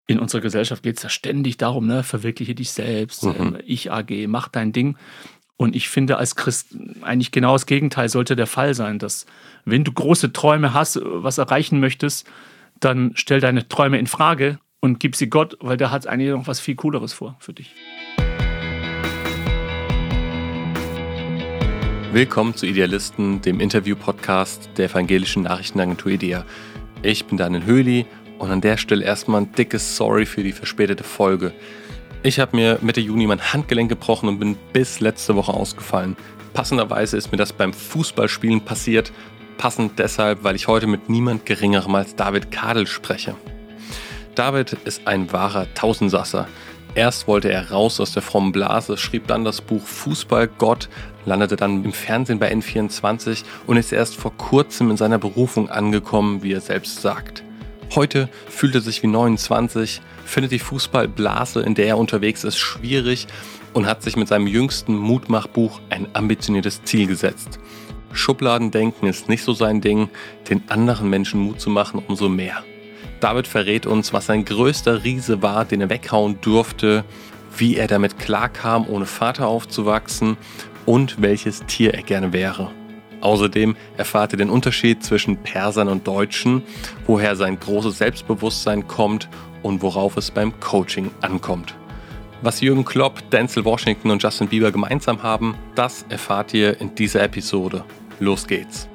In unserer Gesellschaft geht es ja ständig darum, ne, verwirkliche dich selbst, Ich AG, mach dein Ding. Und ich finde, als Christ eigentlich genau das Gegenteil sollte der Fall sein, dass wenn du große Träume hast, was erreichen möchtest, dann stell deine Träume in Frage und gib sie Gott, weil der hat eigentlich noch was viel Cooleres vor für dich. Willkommen zu Idealisten, dem Interview-Podcast der evangelischen Nachrichtenagentur IDEA. Ich bin Daniel Höhli und an der Stelle erstmal ein dickes Sorry für die verspätete Folge. Ich habe mir Mitte Juni mein Handgelenk gebrochen und bin bis letzte Woche ausgefallen. Passenderweise ist mir das beim Fußballspielen passiert. Passend deshalb, weil ich heute mit niemand Geringerem als David Kadel spreche. David ist ein wahrer Tausendsasser. Erst wollte er raus aus der frommen Blase, schrieb dann das Buch Fußball Gott, landete dann im Fernsehen bei N24 und ist erst vor kurzem in seiner Berufung angekommen, wie er selbst sagt. Heute fühlt er sich wie 29, findet die Fußballblase, in der er unterwegs ist, schwierig und hat sich mit seinem jüngsten Mutmachbuch ein ambitioniertes Ziel gesetzt. Schubladendenken ist nicht so sein Ding, den anderen Menschen Mut zu machen, umso mehr. David verrät uns, was sein größter Riese war, den er weghauen durfte, wie er damit klarkam, ohne Vater aufzuwachsen und welches Tier er gerne wäre. Außerdem erfahrt ihr den Unterschied zwischen Persern und Deutschen, woher sein großes Selbstbewusstsein kommt und worauf es beim Coaching ankommt. Was Jürgen Klopp, Denzel Washington und Justin Bieber gemeinsam haben, das erfahrt ihr in dieser Episode. Los geht's.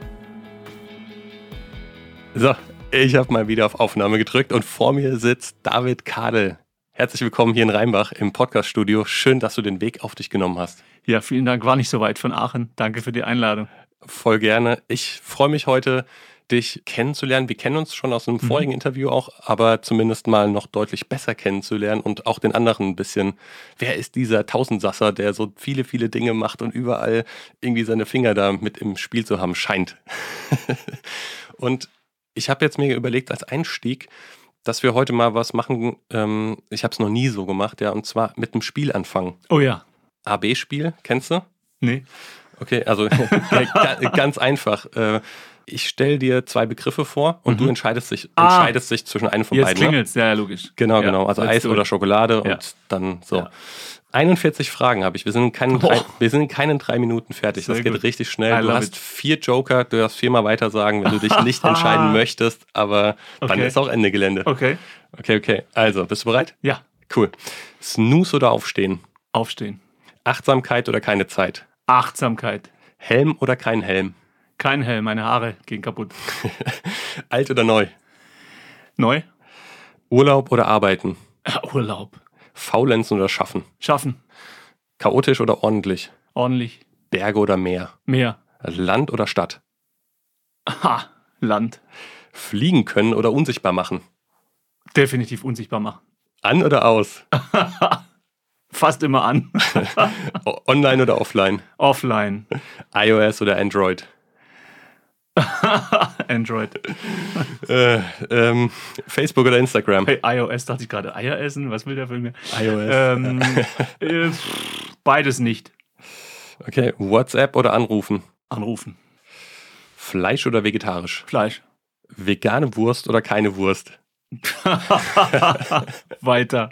So. Ich habe mal wieder auf Aufnahme gedrückt und vor mir sitzt David Kadel. Herzlich willkommen hier in Rheinbach im Podcaststudio. Schön, dass du den Weg auf dich genommen hast. Ja, vielen Dank. War nicht so weit von Aachen. Danke für die Einladung. Voll gerne. Ich freue mich heute, dich kennenzulernen. Wir kennen uns schon aus einem vorigen Interview auch, aber zumindest mal noch deutlich besser kennenzulernen und auch den anderen ein bisschen. Wer ist dieser Tausendsasser, der so viele, viele Dinge macht und überall irgendwie seine Finger da mit im Spiel zu haben scheint? Und ich habe jetzt mir überlegt als Einstieg, dass wir heute mal was machen, ich habe es noch nie so gemacht, ja, und zwar mit einem Spiel anfangen. Oh ja. A-B-Spiel, kennst du? Nee. Okay, also ganz einfach. Ich stelle dir zwei Begriffe vor und du entscheidest dich zwischen einem von beiden. Jetzt klingelt's, ja, logisch. Genau. Also Eis oder Schokolade und dann so. Ja. 41 Fragen habe ich. Wir sind in keinen 3 Minuten fertig. Das geht richtig schnell. Du hast 4 Joker, du darfst 4-mal weiter sagen, wenn du dich nicht entscheiden möchtest, aber dann ist auch Ende Gelände. Okay. Also, bist du bereit? Ja. Cool. Snooze oder Aufstehen? Aufstehen. Achtsamkeit oder keine Zeit? Achtsamkeit. Helm oder kein Helm? Kein Helm, meine Haare gehen kaputt. Alt oder neu? Neu. Urlaub oder arbeiten? Urlaub. Faulenzen oder schaffen? Schaffen. Chaotisch oder ordentlich? Ordentlich. Berge oder Meer? Meer. Land oder Stadt? Land. Fliegen können oder unsichtbar machen? Definitiv unsichtbar machen. An oder aus? Fast immer an. Online oder offline? Offline. iOS oder Android? Android. Facebook oder Instagram? Hey, iOS, dachte ich gerade. Eier essen? Was will der von mir? iOS. Beides nicht. Okay, WhatsApp oder anrufen? Anrufen. Fleisch oder vegetarisch? Fleisch. Vegane Wurst oder keine Wurst? Weiter.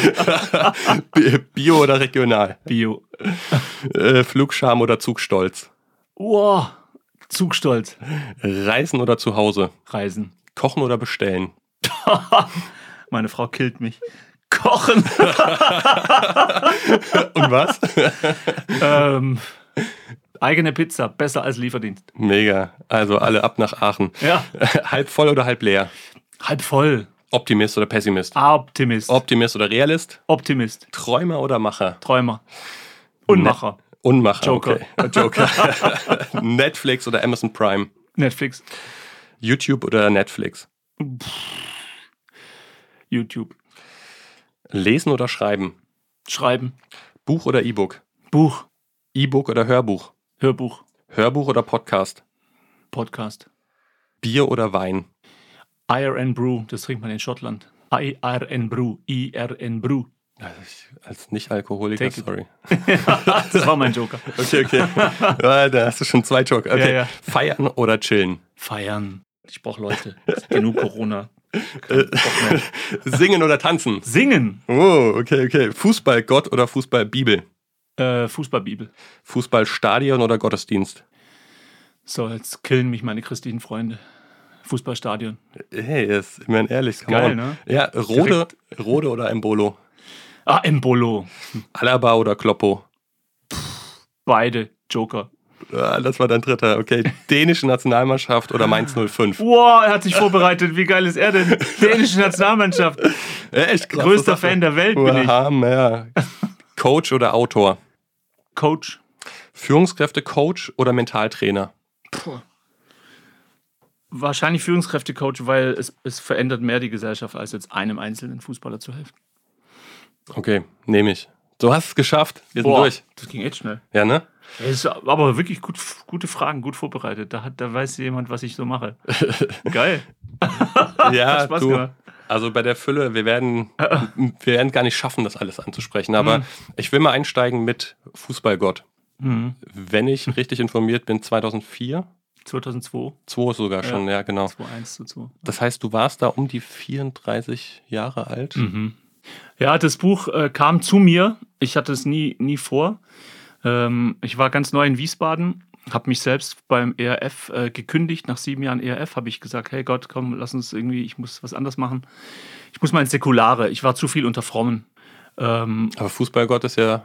Bio oder regional? Bio. Flugscham oder Zugstolz? Wow. Zugstolz. Reisen oder zu Hause? Reisen. Kochen oder bestellen? Meine Frau killt mich. Kochen. Und was? Eigene Pizza, besser als Lieferdienst. Mega. Also alle ab nach Aachen. Ja. Halb voll oder halb leer? Halb voll. Optimist oder Pessimist? Optimist. Optimist oder Realist? Optimist. Träumer oder Macher? Träumer. Unmacher. Unmacher. Joker. Okay. Joker. Netflix oder Amazon Prime? Netflix. YouTube oder Netflix? YouTube. Lesen oder schreiben? Schreiben. Buch oder E-Book? Buch. E-Book oder Hörbuch? Hörbuch. Hörbuch oder Podcast? Podcast. Bier oder Wein? IRN Brew, das trinkt man in Schottland. IRN Brew. Als Nicht-Alkoholiker, sorry. Das war mein Joker. Okay. Da hast du schon 2 Joker. Okay. Ja. Feiern oder chillen? Feiern. Ich brauche Leute. Genug Corona. Singen oder tanzen? Singen. Oh, okay. Fußballgott oder Fußballbibel? Fußballbibel. Fußballstadion oder Gottesdienst? So, jetzt killen mich meine christlichen Freunde. Fußballstadion. Hey, ist immerhin ehrlich. Geil, ne? Ja, Rode oder Embolo? Embolo. Alaba oder Kloppo? Beide. Joker. Das war dein dritter. Okay. Dänische Nationalmannschaft oder Mainz 05? Wow, er hat sich vorbereitet. Wie geil ist er denn? Dänische Nationalmannschaft. Echt krass. Größter Fan der Welt bin ich. Ja. Coach oder Autor? Coach. Führungskräfte-Coach oder Mentaltrainer? Puh. Wahrscheinlich Führungskräfte-Coach, weil es verändert mehr die Gesellschaft, als jetzt einem einzelnen Fußballer zu helfen. Okay, nehme ich. Du hast es geschafft. Wir sind durch. Das ging echt schnell. Ja, ne? Es ist aber wirklich gute Fragen, gut vorbereitet. Da weiß jemand, was ich so mache. Geil. Ja, Spaß gemacht. Also bei der Fülle, wir werden gar nicht schaffen, das alles anzusprechen. Aber ich will mal einsteigen mit Fußballgott. Wenn ich richtig informiert bin, 2004? 2002. 2 sogar schon, ja genau. 2-1-2. Das heißt, du warst da um die 34 Jahre alt? Ja, das Buch kam zu mir. Ich hatte es nie vor. Ich war ganz neu in Wiesbaden, habe mich selbst beim ERF gekündigt. Nach 7 Jahren ERF habe ich gesagt, hey Gott, komm, lass uns irgendwie, ich muss was anderes machen. Ich muss mal ins Säkulare. Ich war zu viel unter Frommen. Aber Fußballgott ist ja...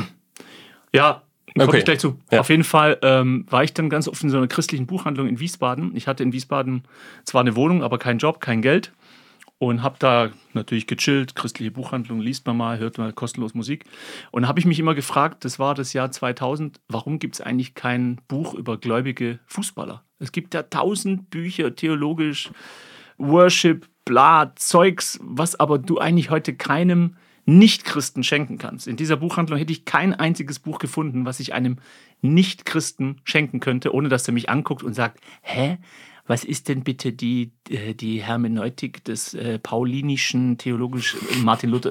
Ja, komme Okay. ich gleich zu. Ja. Auf jeden Fall war ich dann ganz oft in so einer christlichen Buchhandlung in Wiesbaden. Ich hatte in Wiesbaden zwar eine Wohnung, aber keinen Job, kein Geld. Und habe da natürlich gechillt, christliche Buchhandlung, liest man mal, hört mal kostenlos Musik. Und da habe ich mich immer gefragt, das war das Jahr 2000, warum gibt es eigentlich kein Buch über gläubige Fußballer? Es gibt ja 1000 Bücher, theologisch, Worship, bla, Zeugs, was aber du eigentlich heute keinem Nicht-Christen schenken kannst. In dieser Buchhandlung hätte ich kein einziges Buch gefunden, was ich einem Nicht-Christen schenken könnte, ohne dass er mich anguckt und sagt, hä? Was ist denn bitte die Hermeneutik des paulinischen, theologischen Martin Luther?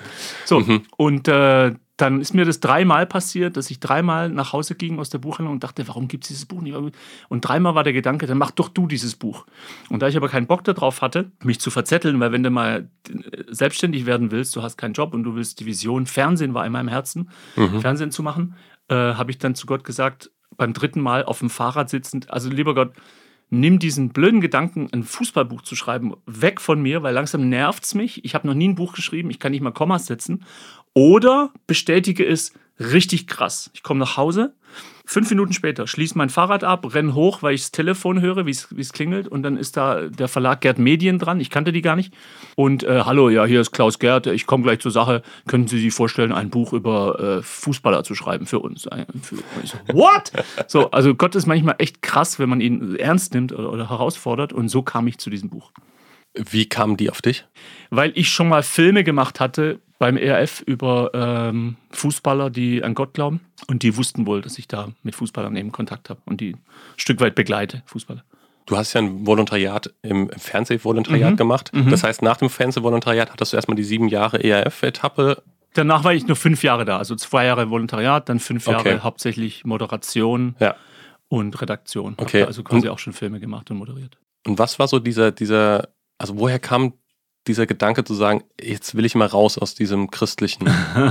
So, und dann ist mir das 3-mal passiert, dass ich 3-mal nach Hause ging aus der Buchhandlung und dachte, warum gibt es dieses Buch nicht? Und 3-mal war der Gedanke, dann mach doch du dieses Buch. Und da ich aber keinen Bock darauf hatte, mich zu verzetteln, weil wenn du mal selbstständig werden willst, du hast keinen Job und du willst die Vision, Fernsehen war in meinem Herzen, Fernsehen zu machen, habe ich dann zu Gott gesagt, beim 3. Mal auf dem Fahrrad sitzend, also lieber Gott, nimm diesen blöden Gedanken, ein Fußballbuch zu schreiben, weg von mir, weil langsam nervt es mich. Ich habe noch nie ein Buch geschrieben, ich kann nicht mal Kommas setzen. Oder bestätige es richtig krass. Ich komme nach Hause, 5 Minuten später schließe mein Fahrrad ab, renne hoch, weil ich das Telefon höre, wie es klingelt. Und dann ist da der Verlag Gerd Medien dran. Ich kannte die gar nicht. Und hallo, ja, hier ist Klaus Gerd. Ich komme gleich zur Sache. Können Sie sich vorstellen, ein Buch über Fußballer zu schreiben für uns? Ich so, what? So, also Gott ist manchmal echt krass, wenn man ihn ernst nimmt oder herausfordert. Und so kam ich zu diesem Buch. Wie kamen die auf dich? Weil ich schon mal Filme gemacht hatte beim ERF über Fußballer, die an Gott glauben. Und die wussten wohl, dass ich da mit Fußballern eben Kontakt habe und die ein Stück weit begleite, Fußballer. Du hast ja ein Volontariat im Fernsehvolontariat gemacht. Das heißt, nach dem Fernsehvolontariat hattest du erstmal die 7 Jahre ERF-Etappe. Danach war ich nur 5 Jahre da. Also 2 Jahre Volontariat, dann 5 Jahre hauptsächlich Moderation und Redaktion. Okay. Also quasi auch schon Filme gemacht und moderiert. Und was war so dieser, also woher kam dieser Gedanke zu sagen, jetzt will ich mal raus aus diesem christlichen?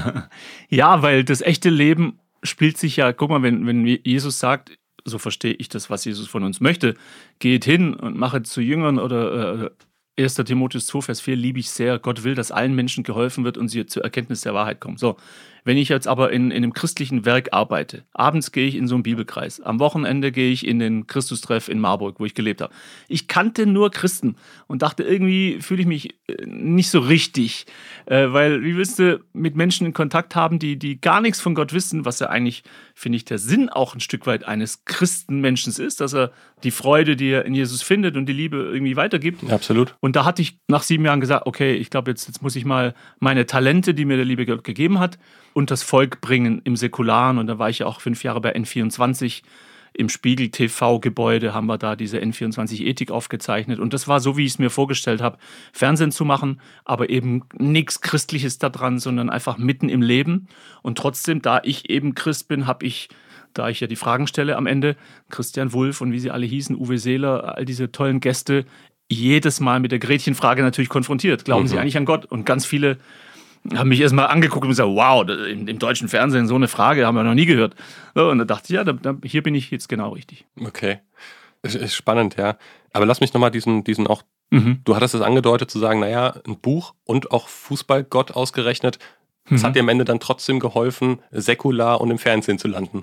Ja, weil das echte Leben spielt sich ja, guck mal, wenn Jesus sagt, so verstehe ich das, was Jesus von uns möchte, geht hin und mache zu Jüngern oder 1. Timotheus 2, Vers 4, liebe ich sehr. Gott will, dass allen Menschen geholfen wird und sie zur Erkenntnis der Wahrheit kommen. So, wenn ich jetzt aber in einem christlichen Werk arbeite, abends gehe ich in so einen Bibelkreis, am Wochenende gehe ich in den Christustreff in Marburg, wo ich gelebt habe. Ich kannte nur Christen und dachte, irgendwie fühle ich mich nicht so richtig, weil wie willst du mit Menschen in Kontakt haben, die gar nichts von Gott wissen, was ja eigentlich, finde ich, der Sinn auch ein Stück weit eines Christenmenschen ist, dass er die Freude, die er in Jesus findet und die Liebe irgendwie weitergibt. Absolut. Und da hatte ich nach 7 Jahren gesagt, okay, ich glaube, jetzt muss ich mal meine Talente, die mir der liebe Gott gegeben hat, und das Volk bringen im Säkularen. Und da war ich ja auch 5 Jahre bei N24 im Spiegel TV-Gebäude, haben wir da diese N24-Ethik aufgezeichnet. Und das war so, wie ich es mir vorgestellt habe, Fernsehen zu machen, aber eben nichts Christliches da dran, sondern einfach mitten im Leben. Und trotzdem, da ich eben Christ bin, habe ich, da ich ja die Fragen stelle am Ende, Christian Wulff und wie sie alle hießen, Uwe Seeler, all diese tollen Gäste, jedes Mal mit der Gretchenfrage natürlich konfrontiert. Glauben Sie eigentlich an Gott? Und ganz viele haben mich erstmal angeguckt und gesagt, wow, im deutschen Fernsehen so eine Frage haben wir noch nie gehört. So, und da dachte ich, ja, hier bin ich jetzt genau richtig. Okay. Ist spannend, ja. Aber lass mich nochmal diesen auch, du hattest es angedeutet zu sagen, naja, ein Buch und auch Fußballgott ausgerechnet, das hat dir am Ende dann trotzdem geholfen, säkular und im Fernsehen zu landen.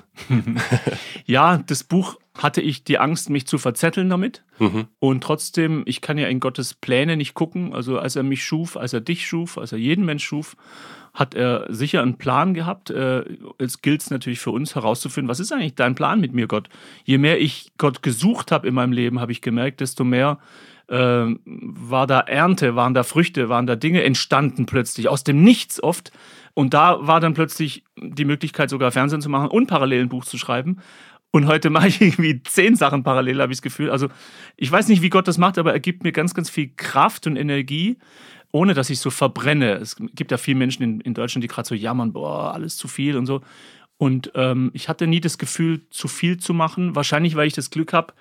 Ja, das Buch hatte ich die Angst, mich zu verzetteln damit. Und trotzdem, ich kann ja in Gottes Pläne nicht gucken. Also als er mich schuf, als er dich schuf, als er jeden Mensch schuf, hat er sicher einen Plan gehabt. Jetzt gilt es natürlich für uns herauszufinden, was ist eigentlich dein Plan mit mir, Gott? Je mehr ich Gott gesucht habe in meinem Leben, habe ich gemerkt, desto mehr war da Ernte, waren da Früchte, waren da Dinge entstanden plötzlich, aus dem Nichts oft. Und da war dann plötzlich die Möglichkeit, sogar Fernsehen zu machen und parallel ein Buch zu schreiben. Und heute mache ich irgendwie 10 Sachen parallel, habe ich das Gefühl. Also ich weiß nicht, wie Gott das macht, aber er gibt mir ganz, ganz viel Kraft und Energie, ohne dass ich so verbrenne. Es gibt ja viele Menschen in Deutschland, die gerade so jammern, boah, alles zu viel und so. Und ich hatte nie das Gefühl, zu viel zu machen. Wahrscheinlich, weil ich das Glück habe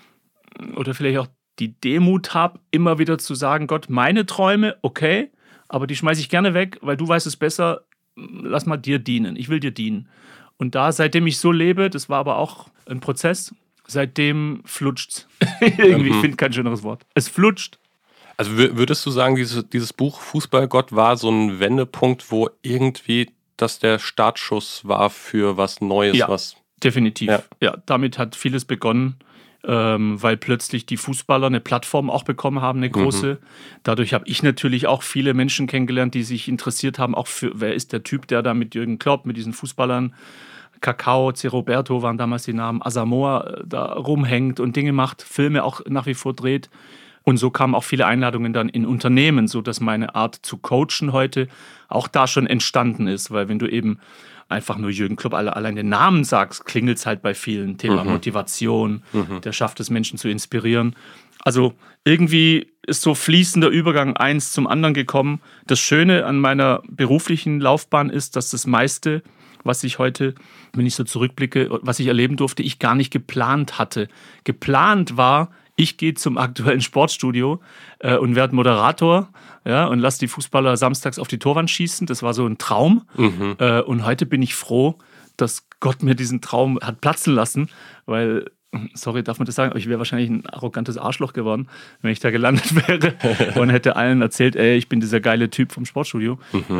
oder vielleicht auch die Demut habe, immer wieder zu sagen, Gott, meine Träume, okay, aber die schmeiße ich gerne weg, weil du weißt es besser, lass mal dir dienen, ich will dir dienen. Und da, seitdem ich so lebe, das war aber auch ein Prozess, seitdem flutscht's. Irgendwie, ich finde kein schöneres Wort. Es flutscht. Also würdest du sagen, dieses Buch Fußballgott war so ein Wendepunkt, wo irgendwie das der Startschuss war für was Neues? Ja, definitiv. Ja, damit hat vieles begonnen. Weil plötzlich die Fußballer eine Plattform auch bekommen haben, eine große. Dadurch habe ich natürlich auch viele Menschen kennengelernt, die sich interessiert haben, auch für, wer ist der Typ, der da mit Jürgen Klopp, mit diesen Fußballern, Kakao, C. Roberto waren damals die Namen, Asamoah da rumhängt und Dinge macht, Filme auch nach wie vor dreht. Und so kamen auch viele Einladungen dann in Unternehmen, sodass meine Art zu coachen heute auch da schon entstanden ist. Weil wenn du eben einfach nur Jürgen Klopp allein den Namen sagst, klingelt es halt bei vielen. Thema Motivation, der schafft es, Menschen zu inspirieren. Also irgendwie ist so fließender Übergang eins zum anderen gekommen. Das Schöne an meiner beruflichen Laufbahn ist, dass das meiste, was ich heute, wenn ich so zurückblicke, was ich erleben durfte, ich gar nicht geplant hatte. Geplant war, ich gehe zum aktuellen Sportstudio und werde Moderator, ja, und lasse die Fußballer samstags auf die Torwand schießen. Das war so ein Traum. Und heute bin ich froh, dass Gott mir diesen Traum hat platzen lassen, weil, sorry, darf man das sagen, aber ich wäre wahrscheinlich ein arrogantes Arschloch geworden, wenn ich da gelandet wäre und hätte allen erzählt, ey, ich bin dieser geile Typ vom Sportstudio.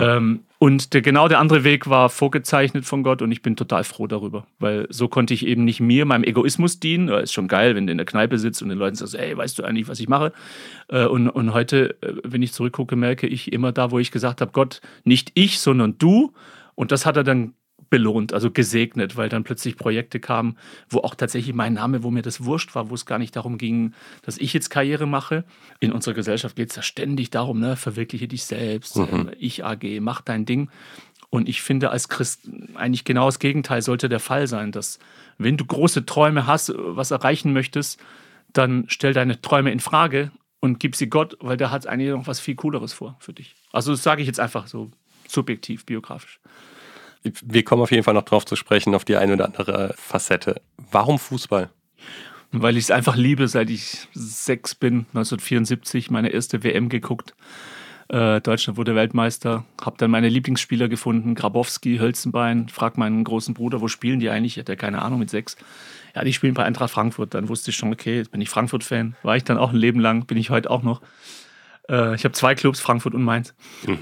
Und genau der andere Weg war vorgezeichnet von Gott und ich bin total froh darüber, weil so konnte ich eben nicht mir, meinem Egoismus dienen. Ist schon geil, wenn du in der Kneipe sitzt und den Leuten sagst, ey, weißt du eigentlich, was ich mache? Und heute, wenn ich zurückgucke, merke ich immer da, wo ich gesagt habe, Gott, nicht ich, sondern du. Und das hat er dann belohnt, also gesegnet, weil dann plötzlich Projekte kamen, wo auch tatsächlich mein Name, wo mir das wurscht war, wo es gar nicht darum ging, dass ich jetzt Karriere mache. In unserer Gesellschaft geht es ja ständig darum, ne, verwirkliche dich selbst, ich AG, mach dein Ding. Und ich finde, als Christ eigentlich genau das Gegenteil sollte der Fall sein, dass wenn du große Träume hast, was erreichen möchtest, dann stell deine Träume in Frage und gib sie Gott, weil der hat eigentlich noch was viel Cooleres vor für dich. Also das sage ich jetzt einfach so subjektiv, biografisch. Wir kommen auf jeden Fall noch drauf zu sprechen, auf die eine oder andere Facette. Warum Fußball? Weil ich es einfach liebe, seit ich 6 bin, 1974, meine erste WM geguckt. Deutschland wurde Weltmeister, habe dann meine Lieblingsspieler gefunden, Grabowski, Hölzenbein, frag meinen großen Bruder, wo spielen die eigentlich? Ich hatte ja keine Ahnung mit 6. Ja, die spielen bei Eintracht Frankfurt. Dann wusste ich schon, okay, jetzt bin ich Frankfurt-Fan. War ich dann auch ein Leben lang, bin ich heute auch noch. Ich habe 2 Clubs, Frankfurt und Mainz.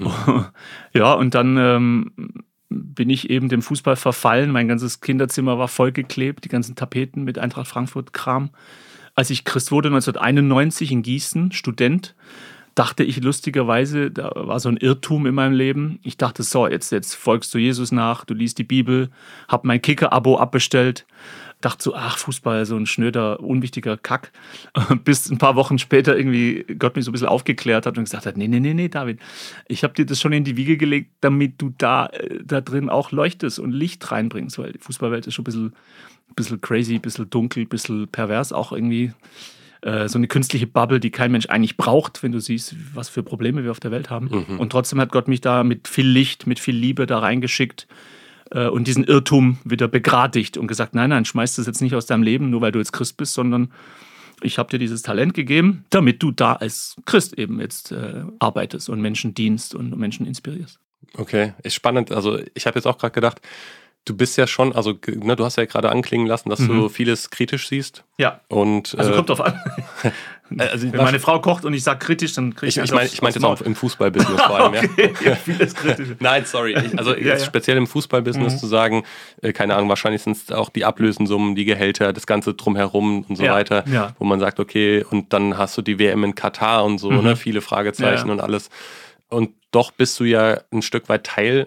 Ja, und dann bin ich eben dem Fußball verfallen. Mein ganzes Kinderzimmer war vollgeklebt, die ganzen Tapeten mit Eintracht Frankfurt-Kram. Als ich Christ wurde, 1991 in Gießen, Student, dachte ich lustigerweise, da war so ein Irrtum in meinem Leben. Ich dachte, so, jetzt folgst du Jesus nach, du liest die Bibel, hab mein Kicker-Abo abbestellt. Dachte so, ach, Fußball, so ein schnöder, unwichtiger Kack. Bis ein paar Wochen später irgendwie Gott mich so ein bisschen aufgeklärt hat und gesagt hat, nee, David, ich habe dir das schon in die Wiege gelegt, damit du da drin auch leuchtest und Licht reinbringst, weil die Fußballwelt ist schon ein bisschen crazy, ein bisschen dunkel, ein bisschen pervers, auch irgendwie so eine künstliche Bubble, die kein Mensch eigentlich braucht, wenn du siehst, was für Probleme wir auf der Welt haben. Und trotzdem hat Gott mich da mit viel Licht, mit viel Liebe da reingeschickt und diesen Irrtum wieder begradigt und gesagt, nein, schmeiß das jetzt nicht aus deinem Leben, nur weil du jetzt Christ bist, sondern ich habe dir dieses Talent gegeben, damit du da als Christ eben jetzt arbeitest und Menschen dienst und Menschen inspirierst. Okay, ist spannend. Also ich habe jetzt auch gerade gedacht, du bist ja schon, also ne, du hast ja gerade anklingen lassen, dass du vieles kritisch siehst. Ja. Und, also kommt drauf an. Also wenn meine Frau kocht und ich sage kritisch, dann kriege ich Ich meine jetzt auch im Fußballbusiness vor allem. Okay, ja. Vieles kritisch. Nein, sorry. Jetzt speziell im Fußballbusiness zu sagen, keine Ahnung, wahrscheinlich sind es auch die Ablösensummen, die Gehälter, das Ganze drumherum und so weiter, wo man sagt, okay, und dann hast du die WM in Katar und so, ne, viele Fragezeichen und alles. Und doch bist du ja ein Stück weit Teil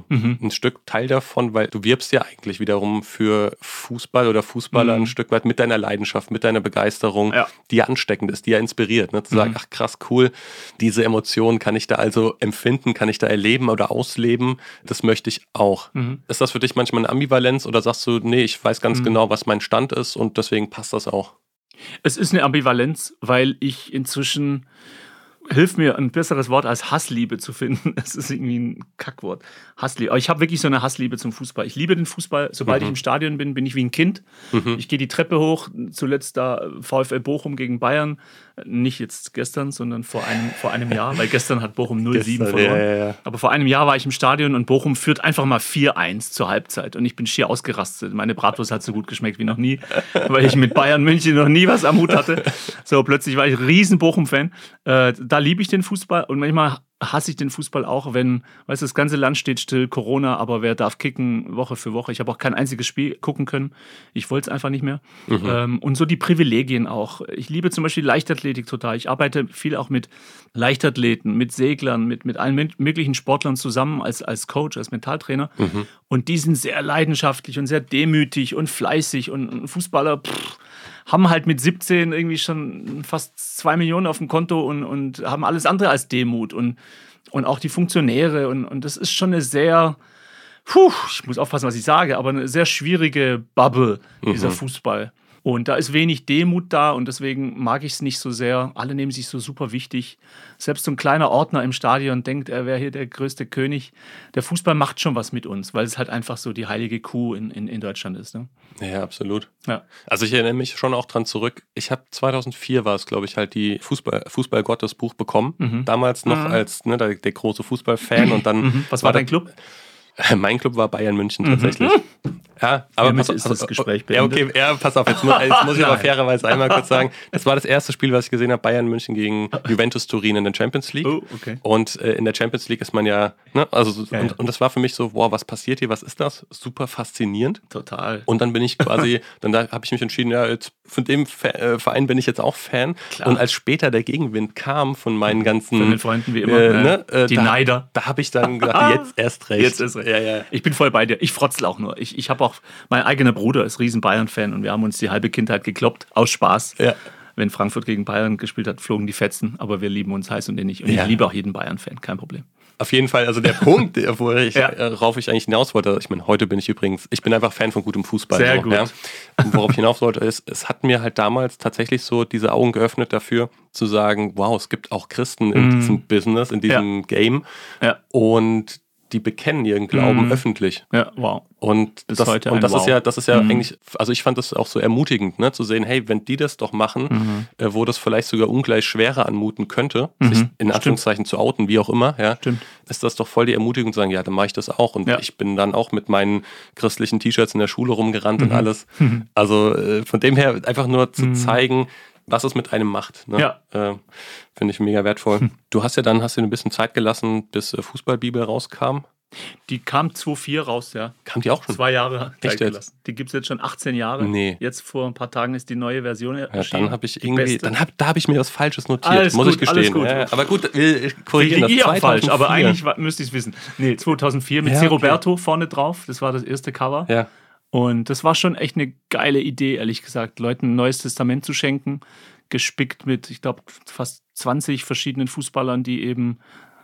davon, weil du wirbst ja eigentlich wiederum für Fußball oder Fußballer ein Stück weit mit deiner Leidenschaft, mit deiner Begeisterung, die ja ansteckend ist, die ja inspiriert. Ne? Zu sagen, ach krass, cool, diese Emotionen kann ich da also empfinden, kann ich da erleben oder ausleben, das möchte ich auch. Ist das für dich manchmal eine Ambivalenz oder sagst du, nee, ich weiß ganz genau, was mein Stand ist und deswegen passt das auch? Es ist eine Ambivalenz, weil ich inzwischen... Hilf mir, ein besseres Wort als Hassliebe zu finden. Das ist irgendwie ein Kackwort. Hassliebe. Aber ich habe wirklich so eine Hassliebe zum Fußball. Ich liebe den Fußball. Sobald ich im Stadion bin, bin ich wie ein Kind. Ich gehe die Treppe hoch. Zuletzt da VfL Bochum gegen Bayern. Nicht jetzt gestern, sondern vor einem Jahr. Weil gestern hat Bochum 0-7 verloren. Ja. Aber vor einem Jahr war ich im Stadion und Bochum führt einfach mal 4-1 zur Halbzeit. Und ich bin schier ausgerastet. Meine Bratwurst hat so gut geschmeckt wie noch nie. Weil ich mit Bayern München noch nie was am Hut hatte. So, plötzlich war ich ein riesen Bochum-Fan. Da liebe ich den Fußball und manchmal hasse ich den Fußball auch, wenn, weißt du, das ganze Land steht still, Corona, aber wer darf kicken Woche für Woche? Ich habe auch kein einziges Spiel gucken können. Ich wollte es einfach nicht mehr. Und so die Privilegien auch. Ich liebe zum Beispiel Leichtathletik total. Ich arbeite viel auch mit Leichtathleten, mit Seglern, mit allen möglichen Sportlern zusammen als Coach, als Mentaltrainer. Und die sind sehr leidenschaftlich und sehr demütig und fleißig und Fußballer, haben halt mit 17 irgendwie schon fast 2 Millionen auf dem Konto und haben alles andere als Demut und auch die Funktionäre und das ist schon eine sehr, ich muss aufpassen, was ich sage, aber eine sehr schwierige Bubble, dieser Fußball. Und da ist wenig Demut da und deswegen mag ich es nicht so sehr. Alle nehmen sich so super wichtig. Selbst so ein kleiner Ordner im Stadion denkt, er wäre hier der größte König. Der Fußball macht schon was mit uns, weil es halt einfach so die heilige Kuh in Deutschland ist. Ne? Ja, absolut. Ja. Also ich erinnere mich schon auch dran zurück. Ich habe 2004 war es, glaube ich, halt die Fußballgott das Buch bekommen. Damals noch als der große Fußballfan und dann... Was war dein Club? Mein Club war Bayern München tatsächlich. Ja, aber pass auf, das Gespräch beendet. Ja, okay, pass auf, jetzt muss ich aber fairerweise einmal kurz sagen, das war das erste Spiel, was ich gesehen habe, Bayern München gegen Juventus Turin in der Champions League. Oh, okay. Und in der Champions League ist man ja, und das war für mich so, wow, was passiert hier, was ist das? Super faszinierend. Total. Und dann bin ich quasi, da habe ich mich entschieden, ja, jetzt von dem Verein bin ich jetzt auch Fan. Klar. Und als später der Gegenwind kam von meinen ganzen... Von den Freunden wie immer. Die Neider. Da habe ich dann gedacht, jetzt erst recht. Jetzt ist recht. Ja. Ich bin voll bei dir. Ich frotzel auch nur. Ich habe auch, mein eigener Bruder ist riesen Bayern-Fan und wir haben uns die halbe Kindheit gekloppt, aus Spaß. Ja. Wenn Frankfurt gegen Bayern gespielt hat, flogen die Fetzen, aber wir lieben uns heiß und innig. Und ich liebe auch jeden Bayern-Fan, kein Problem. Auf jeden Fall, also der Punkt, worauf ich eigentlich hinaus wollte, ich meine, heute bin ich bin einfach Fan von gutem Fußball. Sehr gut. Ja? Und worauf ich hinaus wollte, ist, es hat mir halt damals tatsächlich so diese Augen geöffnet dafür, zu sagen, wow, es gibt auch Christen in diesem Business, in diesem Game. Ja. Und die bekennen ihren Glauben öffentlich. Ja, wow. Und das ist ja eigentlich, also ich fand das auch so ermutigend, ne, zu sehen, hey, wenn die das doch machen, wo das vielleicht sogar ungleich schwerer anmuten könnte, sich in Anführungszeichen zu outen, wie auch immer, ja, ist das doch voll die Ermutigung zu sagen, ja, dann mache ich das auch. Und ich bin dann auch mit meinen christlichen T-Shirts in der Schule rumgerannt und alles. Also von dem her einfach nur zu zeigen, was es mit einem macht. Ne? Ja. Finde ich mega wertvoll. Du hast dir ein bisschen Zeit gelassen, bis Fußballbibel rauskam. Die kam 2004 raus, ja. Kam die auch schon? 2 Jahre Echt Zeit gelassen. Die gibt es jetzt schon 18 Jahre. Nee. Jetzt vor ein paar Tagen ist die neue Version erschienen. Dann habe ich irgendwie, da habe ich mir was Falsches notiert, alles muss gut, ich gestehen. Alles gut. Ja, aber gut, wir korrigieren das. Auch falsch, aber eigentlich müsste ich es wissen. Nee, 2004 mit C. Roberto vorne drauf. Das war das erste Cover. Ja. Und das war schon echt eine geile Idee, ehrlich gesagt, Leuten ein neues Testament zu schenken. Gespickt mit, ich glaube, fast 20 verschiedenen Fußballern, die eben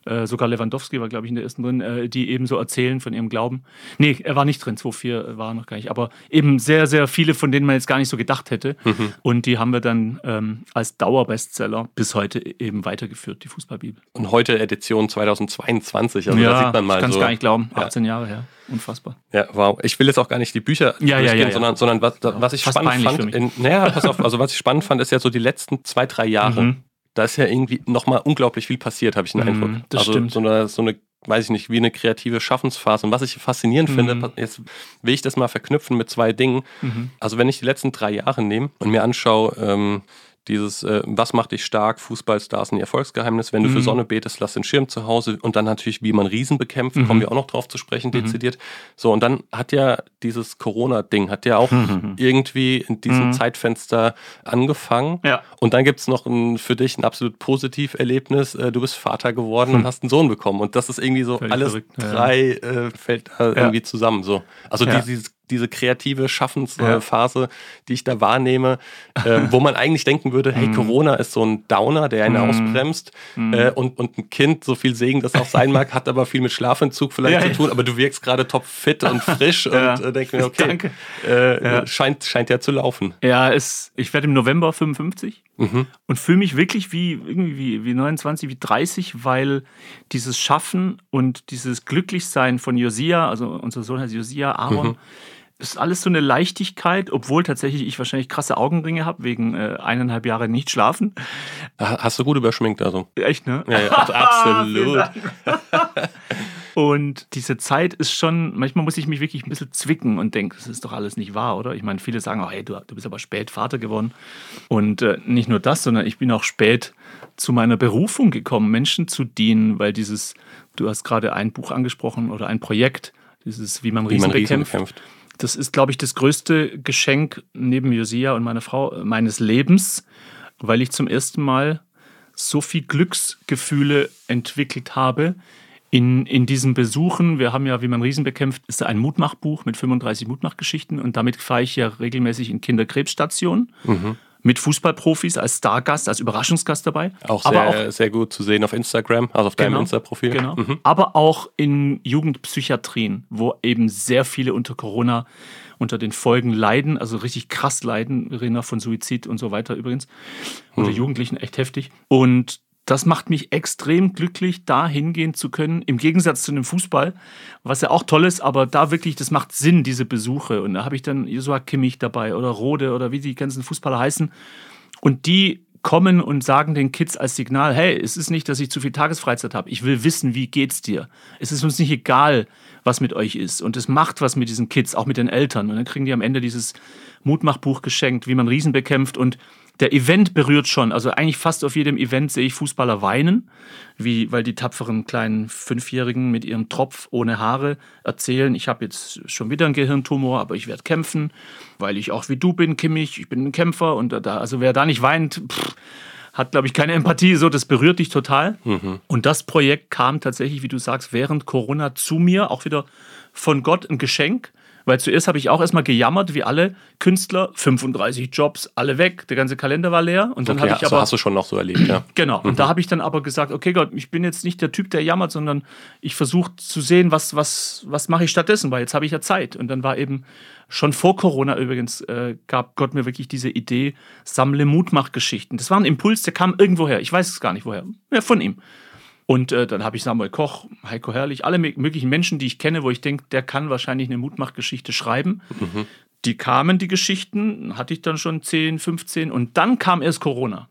sogar Lewandowski war, glaube ich, in der ersten drin, die eben so erzählen von ihrem Glauben. Nee, er war nicht drin, 2,4 war er noch gar nicht, aber eben sehr, sehr viele, von denen man jetzt gar nicht so gedacht hätte. Und die haben wir dann als Dauerbestseller bis heute eben weitergeführt, die Fußballbibel. Und heute Edition 2022, also ja, da sieht man mal ich kann es so. gar nicht glauben, 18 Jahre her. Unfassbar. Ja, wow. Ich will jetzt auch gar nicht die Bücher durchgehen, sondern was ich Fast spannend fand, pass auf, also was ich spannend fand, ist ja so die letzten 2-3 Jahre. Da ist ja irgendwie nochmal unglaublich viel passiert, habe ich den Eindruck. Das stimmt. So eine, weiß ich nicht, wie eine kreative Schaffensphase. Und was ich faszinierend finde, jetzt will ich das mal verknüpfen mit 2 Dingen. Also wenn ich die letzten 3 Jahre nehme und mir anschaue, was macht dich stark, Fußballstars ein Erfolgsgeheimnis, wenn du für Sonne betest, lass den Schirm zu Hause und dann natürlich, wie man Riesen bekämpft, kommen wir auch noch drauf zu sprechen, dezidiert. So, und dann hat ja dieses Corona-Ding, hat ja auch irgendwie in diesem Zeitfenster angefangen. Ja. Und dann gibt es noch für dich ein absolut Positiverlebnis, du bist Vater geworden und hast einen Sohn bekommen. Und das ist irgendwie so, völlig alles verrückt, 3 fällt irgendwie zusammen. So. Also diese kreative Schaffensphase, die ich da wahrnehme, wo man eigentlich denken würde, hey, Corona ist so ein Downer, der einen ausbremst und ein Kind, so viel Segen das auch sein mag, hat aber viel mit Schlafentzug vielleicht zu tun, aber du wirkst gerade topfit und frisch und denke mir, okay, scheint ja zu laufen. Ja, ich werde im November 55 und fühle mich wirklich wie 29, wie 30, weil dieses Schaffen und dieses Glücklichsein von Josia, also unser Sohn heißt Josia, Aaron, ist alles so eine Leichtigkeit, obwohl tatsächlich ich wahrscheinlich krasse Augenringe habe, wegen 1,5 Jahre nicht schlafen. Hast du gut überschminkt, also? Echt, ne? Ja, absolut. Und diese Zeit ist schon, manchmal muss ich mich wirklich ein bisschen zwicken und denke, das ist doch alles nicht wahr, oder? Ich meine, viele sagen auch, hey, du bist aber spät Vater geworden. Und nicht nur das, sondern ich bin auch spät zu meiner Berufung gekommen, Menschen zu dienen, weil du hast gerade ein Buch angesprochen oder ein Projekt, dieses Wie man Riesen bekämpft. Das ist, glaube ich, das größte Geschenk neben Josia und meiner Frau meines Lebens, weil ich zum ersten Mal so viel Glücksgefühle entwickelt habe in diesen Besuchen. Wir haben ja, Wie man Riesen bekämpft, ist ein Mutmachbuch mit 35 Mutmachgeschichten und damit fahre ich ja regelmäßig in Kinderkrebsstationen. Mit Fußballprofis als Stargast, als Überraschungsgast dabei. Auch sehr gut zu sehen auf Instagram, also auf deinem Insta-Profil. Genau. Aber auch in Jugendpsychiatrien, wo eben sehr viele unter Corona unter den Folgen leiden, also richtig krass leiden. Wir reden auch von Suizid und so weiter übrigens. Unter Jugendlichen echt heftig. Und das macht mich extrem glücklich, da hingehen zu können, im Gegensatz zu einem Fußball, was ja auch toll ist, aber da wirklich, das macht Sinn, diese Besuche. Und da habe ich dann Joshua Kimmich dabei oder Rode oder wie die ganzen Fußballer heißen. Und die kommen und sagen den Kids als Signal, hey, es ist nicht, dass ich zu viel Tagesfreizeit habe. Ich will wissen, wie geht's dir? Es ist uns nicht egal, was mit euch ist. Und es macht was mit diesen Kids, auch mit den Eltern. Und dann kriegen die am Ende dieses Mutmachbuch geschenkt, Wie man Riesen bekämpft. Und der Event berührt schon. Also eigentlich fast auf jedem Event sehe ich Fußballer weinen, weil die tapferen kleinen 5-Jährigen mit ihrem Tropf ohne Haare erzählen, ich habe jetzt schon wieder einen Gehirntumor, aber ich werde kämpfen, weil ich auch wie du bin, Kimmich, ich bin ein Kämpfer. Und also wer da nicht weint, hat, glaube ich, keine Empathie. So, das berührt dich total. Und das Projekt kam tatsächlich, wie du sagst, während Corona zu mir, auch wieder von Gott ein Geschenk. Weil zuerst habe ich auch erstmal gejammert, wie alle Künstler, 35 Jobs, alle weg, der ganze Kalender war leer. Und dann habe ich hast du schon noch so erlebt, ja. Genau, und da habe ich dann aber gesagt, okay Gott, ich bin jetzt nicht der Typ, der jammert, sondern ich versuche zu sehen, was mache ich stattdessen, weil jetzt habe ich ja Zeit. Und dann war eben schon vor Corona übrigens, gab Gott mir wirklich diese Idee, sammle Mutmachgeschichten. Das war ein Impuls, der kam irgendwoher, ich weiß es gar nicht woher, ja, von ihm. Und dann habe ich Samuel Koch, Heiko Herrlich, alle möglichen Menschen, die ich kenne, wo ich denke, der kann wahrscheinlich eine Mutmachgeschichte schreiben. Die kamen, die Geschichten, hatte ich dann schon 10, 15 und dann kam erst Corona.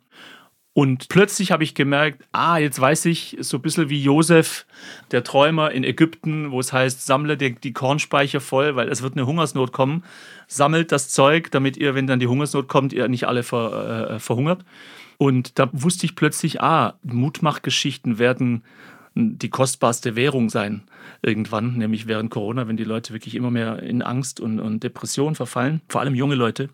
Und plötzlich habe ich gemerkt, jetzt weiß ich, so ein bisschen wie Josef, der Träumer in Ägypten, wo es heißt, sammle die Kornspeicher voll, weil es wird eine Hungersnot kommen. Sammelt das Zeug, damit ihr, wenn dann die Hungersnot kommt, ihr nicht alle verhungert. Und da wusste ich plötzlich, Mutmachgeschichten werden die kostbarste Währung sein irgendwann, nämlich während Corona, wenn die Leute wirklich immer mehr in Angst und Depression verfallen, vor allem junge Leute.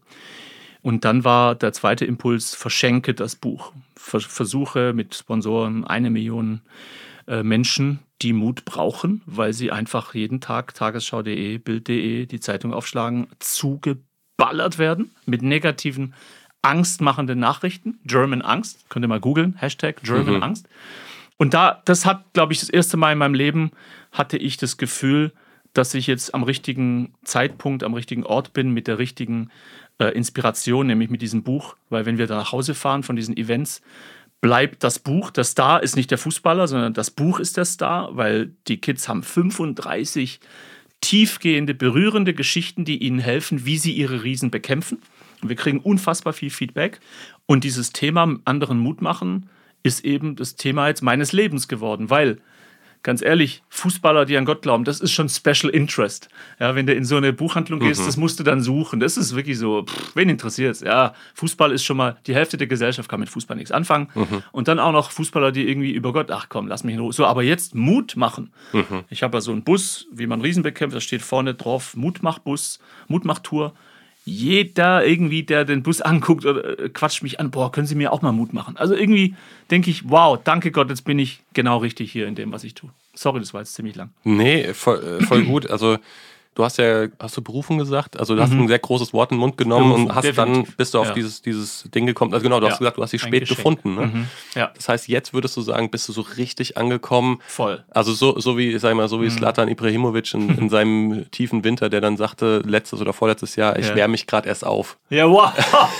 Und dann war der zweite Impuls, verschenke das Buch. Versuche mit Sponsoren 1 Million Menschen, die Mut brauchen, weil sie einfach jeden Tag tagesschau.de, bild.de, die Zeitung aufschlagen, zugeballert werden mit negativen angstmachende Nachrichten, German Angst, könnt ihr mal googeln, Hashtag German Angst. Und das hat, glaube ich, das erste Mal in meinem Leben hatte ich das Gefühl, dass ich jetzt am richtigen Zeitpunkt, am richtigen Ort bin, mit der richtigen Inspiration, nämlich mit diesem Buch. Weil wenn wir da nach Hause fahren von diesen Events, bleibt das Buch. Der Star ist nicht der Fußballer, sondern das Buch ist der Star, weil die Kids haben 35 tiefgehende, berührende Geschichten, die ihnen helfen, wie sie ihre Riesen bekämpfen. Und wir kriegen unfassbar viel Feedback. Und dieses Thema anderen Mut machen ist eben das Thema jetzt meines Lebens geworden, weil, ganz ehrlich, Fußballer, die an Gott glauben, das ist schon Special Interest. Ja, wenn du in so eine Buchhandlung gehst, das musst du dann suchen. Das ist wirklich so, wen interessiert es? Ja, Fußball ist schon mal, die Hälfte der Gesellschaft kann mit Fußball nichts anfangen. Und dann auch noch Fußballer, die irgendwie über Gott, ach komm, lass mich in Ruhe. So, aber jetzt Mut machen. Ich habe ja so einen Bus, wie man Riesen bekämpft, da steht vorne drauf, Mutmachbus, Mutmachtour. Jeder irgendwie, der den Bus anguckt, quatscht mich an, boah, können Sie mir auch mal Mut machen? Also irgendwie denke ich, wow, danke Gott, jetzt bin ich genau richtig hier in dem, was ich tue. Sorry, das war jetzt ziemlich lang. Nee, voll gut. Also du hast du Berufung gesagt? Also du hast ein sehr großes Wort in den Mund genommen und hast definitiv. dann, bist du auf dieses Ding gekommen. Also genau, du hast gesagt, du hast dich spät gefunden. Ne? Ja. Das heißt, jetzt würdest du sagen, bist du so richtig angekommen. Voll. Also so wie Zlatan Ibrahimovic in seinem tiefen Winter, der dann sagte, letztes oder vorletztes Jahr, ich wärme mich gerade erst auf. Ja, wow.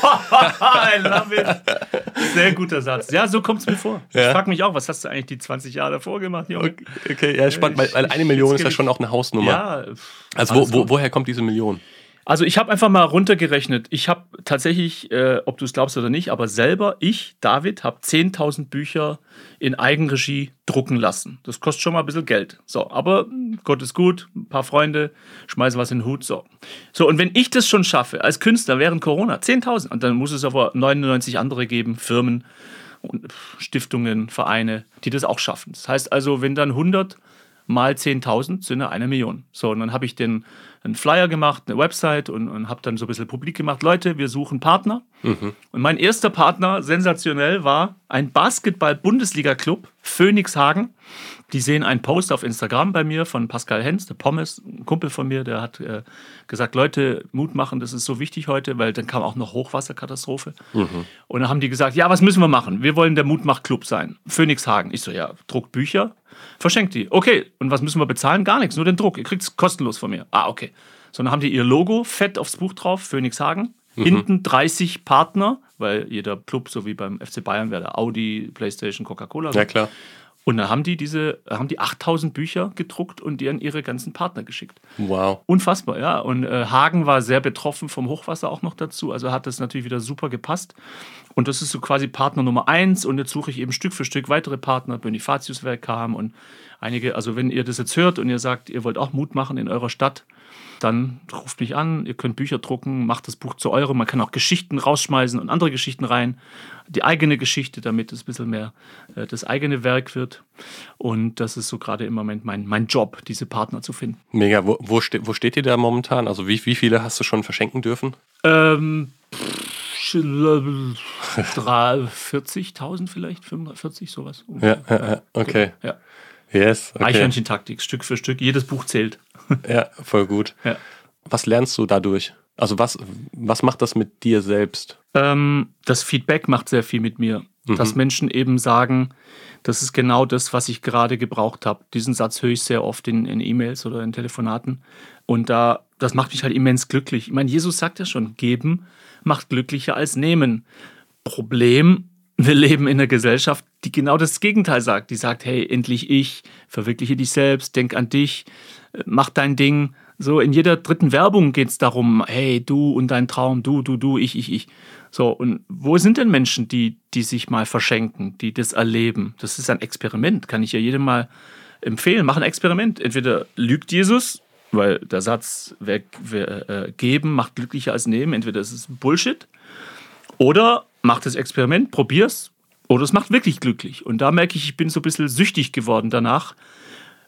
I love it. Sehr guter Satz. Ja, so kommt es mir vor. Ich frage mich auch, was hast du eigentlich die 20 Jahre davor gemacht, Junge? Okay, ja, spannend, weil 1 Million ist ja schon auch eine Hausnummer. Ja. Also woher kommt diese Million? Also ich habe einfach mal runtergerechnet. Ich habe tatsächlich, ob du es glaubst oder nicht, aber selber, David, habe 10.000 Bücher in Eigenregie drucken lassen. Das kostet schon mal ein bisschen Geld. So, aber Gott ist gut, ein paar Freunde, schmeißen was in den Hut. So, und wenn ich das schon schaffe, als Künstler während Corona, 10.000, und dann muss es aber 99 andere geben, Firmen und Stiftungen, Vereine, die das auch schaffen. Das heißt also, wenn dann 100 mal 10.000 sind 1 Million. So, und dann habe ich einen Flyer gemacht, eine Website und habe dann so ein bisschen publik gemacht. Leute, wir suchen Partner. Und mein erster Partner, sensationell, war ein Basketball-Bundesliga-Club, Phoenix Hagen. Die sehen einen Post auf Instagram bei mir von Pascal Henz, der Pommes, ein Kumpel von mir, der hat gesagt, Leute, Mut machen, das ist so wichtig heute, weil dann kam auch noch Hochwasserkatastrophe. Und dann haben die gesagt, ja, was müssen wir machen? Wir wollen der Mutmach-Club sein. Phoenix Hagen. Ich so, ja, druckt Bücher, verschenkt die. Okay, und was müssen wir bezahlen? Gar nichts, nur den Druck. Ihr kriegt es kostenlos von mir. Ah, okay. So, dann haben die ihr Logo fett aufs Buch drauf, Phoenix Hagen. Hinten 30 Partner, weil jeder Club, so wie beim FC Bayern, wäre der Audi, PlayStation, Coca-Cola. Ja, klar. Und dann haben die 8.000 Bücher gedruckt und die an ihre ganzen Partner geschickt. Wow. Unfassbar, ja. Und Hagen war sehr betroffen vom Hochwasser auch noch dazu. Also hat das natürlich wieder super gepasst. Und das ist so quasi Partner Nummer 1. Und jetzt suche ich eben Stück für Stück weitere Partner. Bonifatiuswerk kam und einige. Also wenn ihr das jetzt hört und ihr sagt, ihr wollt auch Mut machen in eurer Stadt, dann ruft mich an, ihr könnt Bücher drucken, macht das Buch zu eurem. Man kann auch Geschichten rausschmeißen und andere Geschichten rein. Die eigene Geschichte, damit es ein bisschen mehr das eigene Werk wird. Und das ist so gerade im Moment mein Job, diese Partner zu finden. Mega. Wo steht ihr da momentan? Also wie viele hast du schon verschenken dürfen? 40.000 vielleicht, 45, sowas. Ja, okay. Ja. Yes, okay. Eichhörnchen-Taktik, Stück für Stück. Jedes Buch zählt. Ja, voll gut. Ja. Was lernst du dadurch? Also was macht das mit dir selbst? Das Feedback macht sehr viel mit mir. Dass Menschen eben sagen, das ist genau das, was ich gerade gebraucht habe. Diesen Satz höre ich sehr oft in E-Mails oder in Telefonaten. Und das macht mich halt immens glücklich. Ich meine, Jesus sagt ja schon, geben macht glücklicher als nehmen. Problem, wir leben in einer Gesellschaft, die genau das Gegenteil sagt. Die sagt, hey, endlich ich, verwirkliche dich selbst, denk an dich, mach dein Ding. So in jeder dritten Werbung geht es darum, hey, du und dein Traum, du, ich. So, und wo sind denn Menschen, die sich mal verschenken, die das erleben? Das ist ein Experiment, kann ich ja jedem mal empfehlen. Mach ein Experiment. Entweder lügt Jesus, weil der Satz, wer geben macht glücklicher als nehmen. Entweder es ist Bullshit oder mach das Experiment, probier's oder es macht wirklich glücklich. Und da merke ich bin so ein bisschen süchtig geworden danach,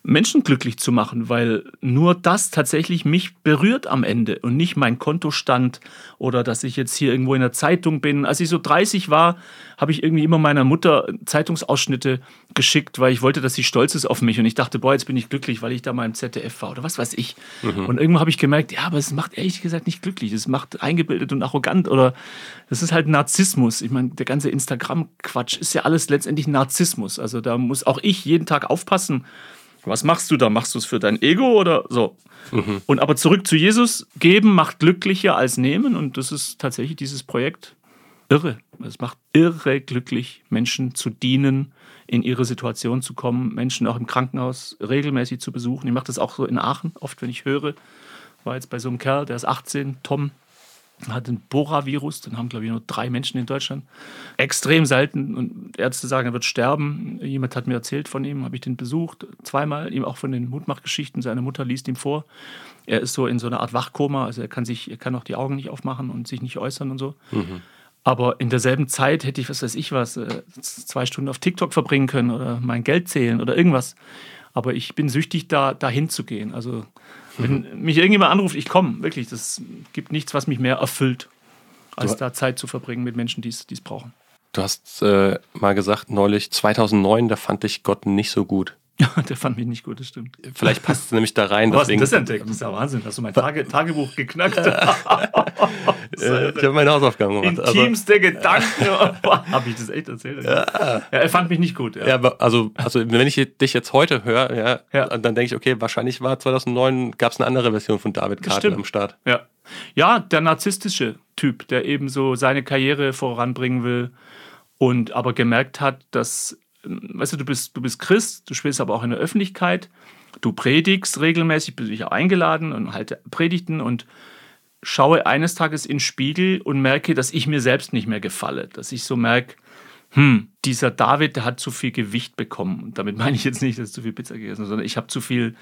Menschen glücklich zu machen, weil nur das tatsächlich mich berührt am Ende und nicht mein Kontostand oder dass ich jetzt hier irgendwo in der Zeitung bin. Als ich so 30 war, habe ich irgendwie immer meiner Mutter Zeitungsausschnitte geschickt, weil ich wollte, dass sie stolz ist auf mich und ich dachte, boah, jetzt bin ich glücklich, weil ich da mal im ZDF war oder was weiß ich. Und irgendwann habe ich gemerkt, ja, aber es macht ehrlich gesagt nicht glücklich, es macht eingebildet und arrogant oder das ist halt Narzissmus. Ich meine, der ganze Instagram-Quatsch ist ja alles letztendlich Narzissmus. Also da muss auch ich jeden Tag aufpassen. Was machst du da? Machst du es für dein Ego oder so? Und aber zurück zu Jesus. Geben macht glücklicher als nehmen. Und das ist tatsächlich dieses Projekt irre. Es macht irre glücklich, Menschen zu dienen, in ihre Situation zu kommen, Menschen auch im Krankenhaus regelmäßig zu besuchen. Ich mache das auch so in Aachen, oft wenn ich höre. War jetzt bei so einem Kerl, der ist 18, Tom, hat ein Bora-Virus, den haben, glaube ich, nur 3 Menschen in Deutschland. Extrem selten und Ärzte sagen, er wird sterben. Jemand hat mir erzählt von ihm, habe ich den besucht, 2-mal, ihm auch von den Mutmachgeschichten. Seine Mutter liest ihm vor. Er ist so in so einer Art Wachkoma, also er kann auch die Augen nicht aufmachen und sich nicht äußern und so. Aber in derselben Zeit hätte ich, 2 Stunden auf TikTok verbringen können oder mein Geld zählen oder irgendwas. Aber ich bin süchtig, dahin zu gehen. Also wenn mich irgendjemand anruft, ich komme, wirklich. Das gibt nichts, was mich mehr erfüllt, als da Zeit zu verbringen mit Menschen, die es brauchen. Du hast mal gesagt neulich, 2009, da fand ich Gott nicht so gut. Der fand mich nicht gut, das stimmt. Vielleicht passt es nämlich da rein. Du hast das entdeckt, das ist ja Wahnsinn. Hast du mein Tagebuch geknackt? Ich habe meine Hausaufgaben gemacht. Intimste Gedanken. Habe ich das echt erzählt? Ja, er fand mich nicht gut. Ja, also wenn ich dich jetzt heute höre, dann denke ich, okay, wahrscheinlich war 2009, gab es eine andere Version von David Kadel am Start. Ja, der narzisstische Typ, der eben so seine Karriere voranbringen will und aber gemerkt hat, dass weißt du bist Christ, du spielst aber auch in der Öffentlichkeit, du predigst regelmäßig, bist dich auch eingeladen und halte Predigten und schaue eines Tages in den Spiegel und merke, dass ich mir selbst nicht mehr gefalle. Dass ich so merke, dieser David, der hat zu viel Gewicht bekommen. Und damit meine ich jetzt nicht, dass ich zu viel Pizza gegessen habe, sondern ich habe zu viel,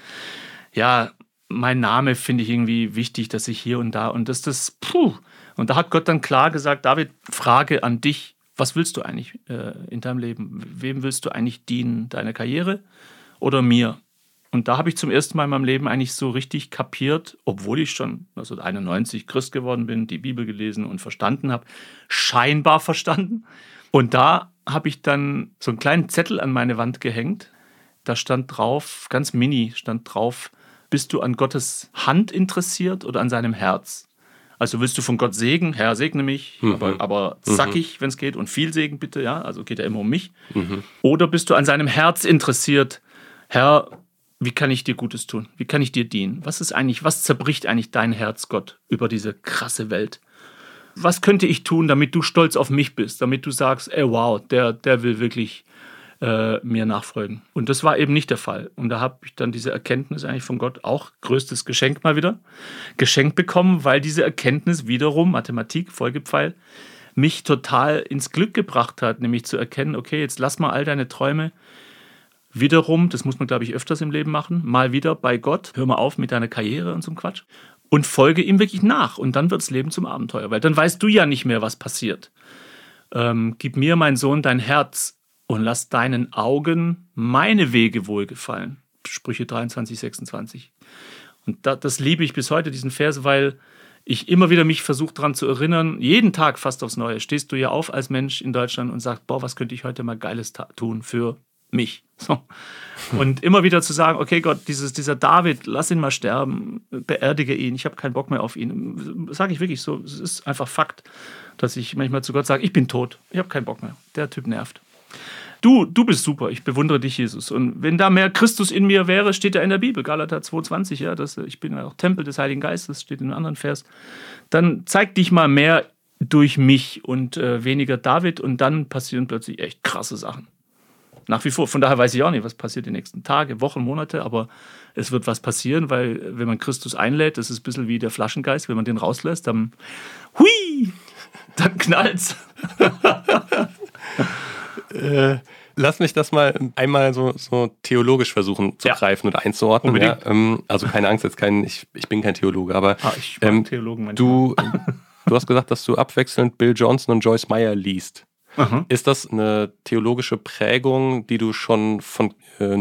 mein Name finde ich irgendwie wichtig, dass ich hier und da und Und da hat Gott dann klar gesagt, David, Frage an dich, was willst du eigentlich in deinem Leben? Wem willst du eigentlich dienen? Deiner Karriere oder mir? Und da habe ich zum ersten Mal in meinem Leben eigentlich so richtig kapiert, obwohl ich schon 1991 Christ geworden bin, die Bibel gelesen und verstanden habe, scheinbar verstanden. Und da habe ich dann so einen kleinen Zettel an meine Wand gehängt. Da stand drauf, ganz mini, bist du an Gottes Hand interessiert oder an seinem Herz? Also willst du von Gott Segen? Herr, segne mich, aber zackig, wenn es geht, und viel Segen bitte, ja, also geht ja immer um mich. Oder bist du an seinem Herz interessiert? Herr, wie kann ich dir Gutes tun? Wie kann ich dir dienen? Was zerbricht eigentlich dein Herz, Gott, über diese krasse Welt? Was könnte ich tun, damit du stolz auf mich bist, damit du sagst, ey, wow, der will wirklich mir nachfolgen. Und das war eben nicht der Fall. Und da habe ich dann diese Erkenntnis eigentlich von Gott, auch größtes Geschenk mal wieder, geschenkt bekommen, weil diese Erkenntnis wiederum, Mathematik, Folgepfeil, mich total ins Glück gebracht hat, nämlich zu erkennen, okay, jetzt lass mal all deine Träume wiederum, das muss man, glaube ich, öfters im Leben machen, mal wieder bei Gott, hör mal auf mit deiner Karriere und so einem Quatsch und folge ihm wirklich nach. Und dann wird das Leben zum Abenteuer, weil dann weißt du ja nicht mehr, was passiert. Gib mir, mein Sohn, dein Herz und lass deinen Augen meine Wege wohlgefallen. Sprüche 23, 26. Und das liebe ich bis heute, diesen Vers, weil ich immer wieder mich versuche daran zu erinnern, jeden Tag fast aufs Neue, stehst du ja auf als Mensch in Deutschland und sagst, boah, was könnte ich heute mal Geiles tun für mich? So. Und immer wieder zu sagen, okay Gott, dieser David, lass ihn mal sterben, beerdige ihn, ich habe keinen Bock mehr auf ihn. Sage ich wirklich so, es ist einfach Fakt, dass ich manchmal zu Gott sage, ich bin tot, ich habe keinen Bock mehr, der Typ nervt. Du bist super, ich bewundere dich, Jesus. Und wenn da mehr Christus in mir wäre, steht ja in der Bibel, Galater 2,20, ja, ich bin ja auch Tempel des Heiligen Geistes, steht in einem anderen Vers. Dann zeig dich mal mehr durch mich und weniger David und dann passieren plötzlich echt krasse Sachen. Nach wie vor, von daher weiß ich auch nicht, was passiert die nächsten Tage, Wochen, Monate, aber es wird was passieren, weil wenn man Christus einlädt, das ist ein bisschen wie der Flaschengeist, wenn man den rauslässt, dann knallt's. Lass mich das mal einmal so theologisch versuchen zu greifen oder einzuordnen. Ja? Also keine Angst, ich bin kein Theologe, aber ich mag Theologen manchmal. Du hast gesagt, dass du abwechselnd Bill Johnson und Joyce Meyer liest. Aha. Ist das eine theologische Prägung, die du schon von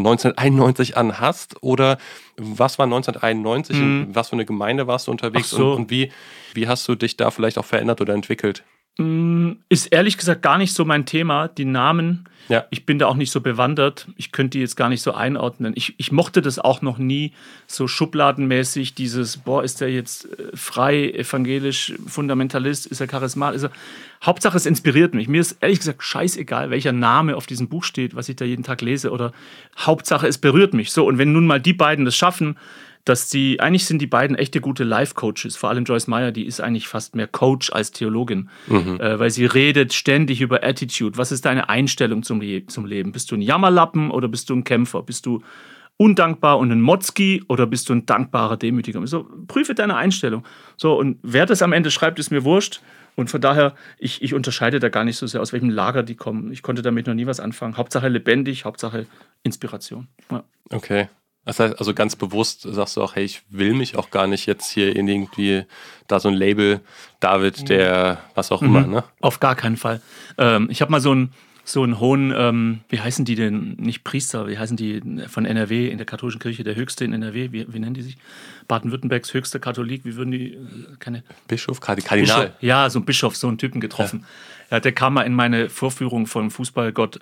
1991 an hast? Oder was war 1991? In was für eine Gemeinde warst du unterwegs? Ach so. Und wie hast du dich da vielleicht auch verändert oder entwickelt? Ist ehrlich gesagt gar nicht so mein Thema. Die Namen, Ja. ich bin da auch nicht so bewandert. Ich könnte die jetzt gar nicht so einordnen. Ich mochte das auch noch nie so schubladenmäßig, dieses, ist der jetzt frei, evangelisch, Fundamentalist, ist er charismatisch? Hauptsache, es inspiriert mich. Mir ist ehrlich gesagt scheißegal, welcher Name auf diesem Buch steht, was ich da jeden Tag lese. Oder Hauptsache, es berührt mich. So, und wenn nun mal die beiden das schaffen, eigentlich sind die beiden echte gute Life-Coaches, vor allem Joyce Meyer, die ist eigentlich fast mehr Coach als Theologin, weil sie redet ständig über Attitude. Was ist deine Einstellung zum Leben? Bist du ein Jammerlappen oder bist du ein Kämpfer? Bist du undankbar und ein Motzki oder bist du ein dankbarer Demütiger? So, prüfe deine Einstellung. So, und wer das am Ende schreibt, ist mir wurscht. Und von daher, ich unterscheide da gar nicht so sehr, aus welchem Lager die kommen. Ich konnte damit noch nie was anfangen. Hauptsache lebendig, Hauptsache Inspiration. Ja. Okay. Das heißt, also ganz bewusst sagst du auch, hey, ich will mich auch gar nicht jetzt hier in irgendwie da so ein Label, David, der was auch immer, ne? Auf gar keinen Fall. Ich habe mal so einen hohen, wie heißen die denn, nicht Priester, wie heißen die von NRW, in der katholischen Kirche, der höchste in NRW, wie nennen die sich? Baden-Württembergs höchster Katholik, wie würden die, keine... Bischof, Kardinal. Bischof, ja, so ein Bischof, so einen Typen getroffen. Ja, der kam mal in meine Vorführung von Fußballgott,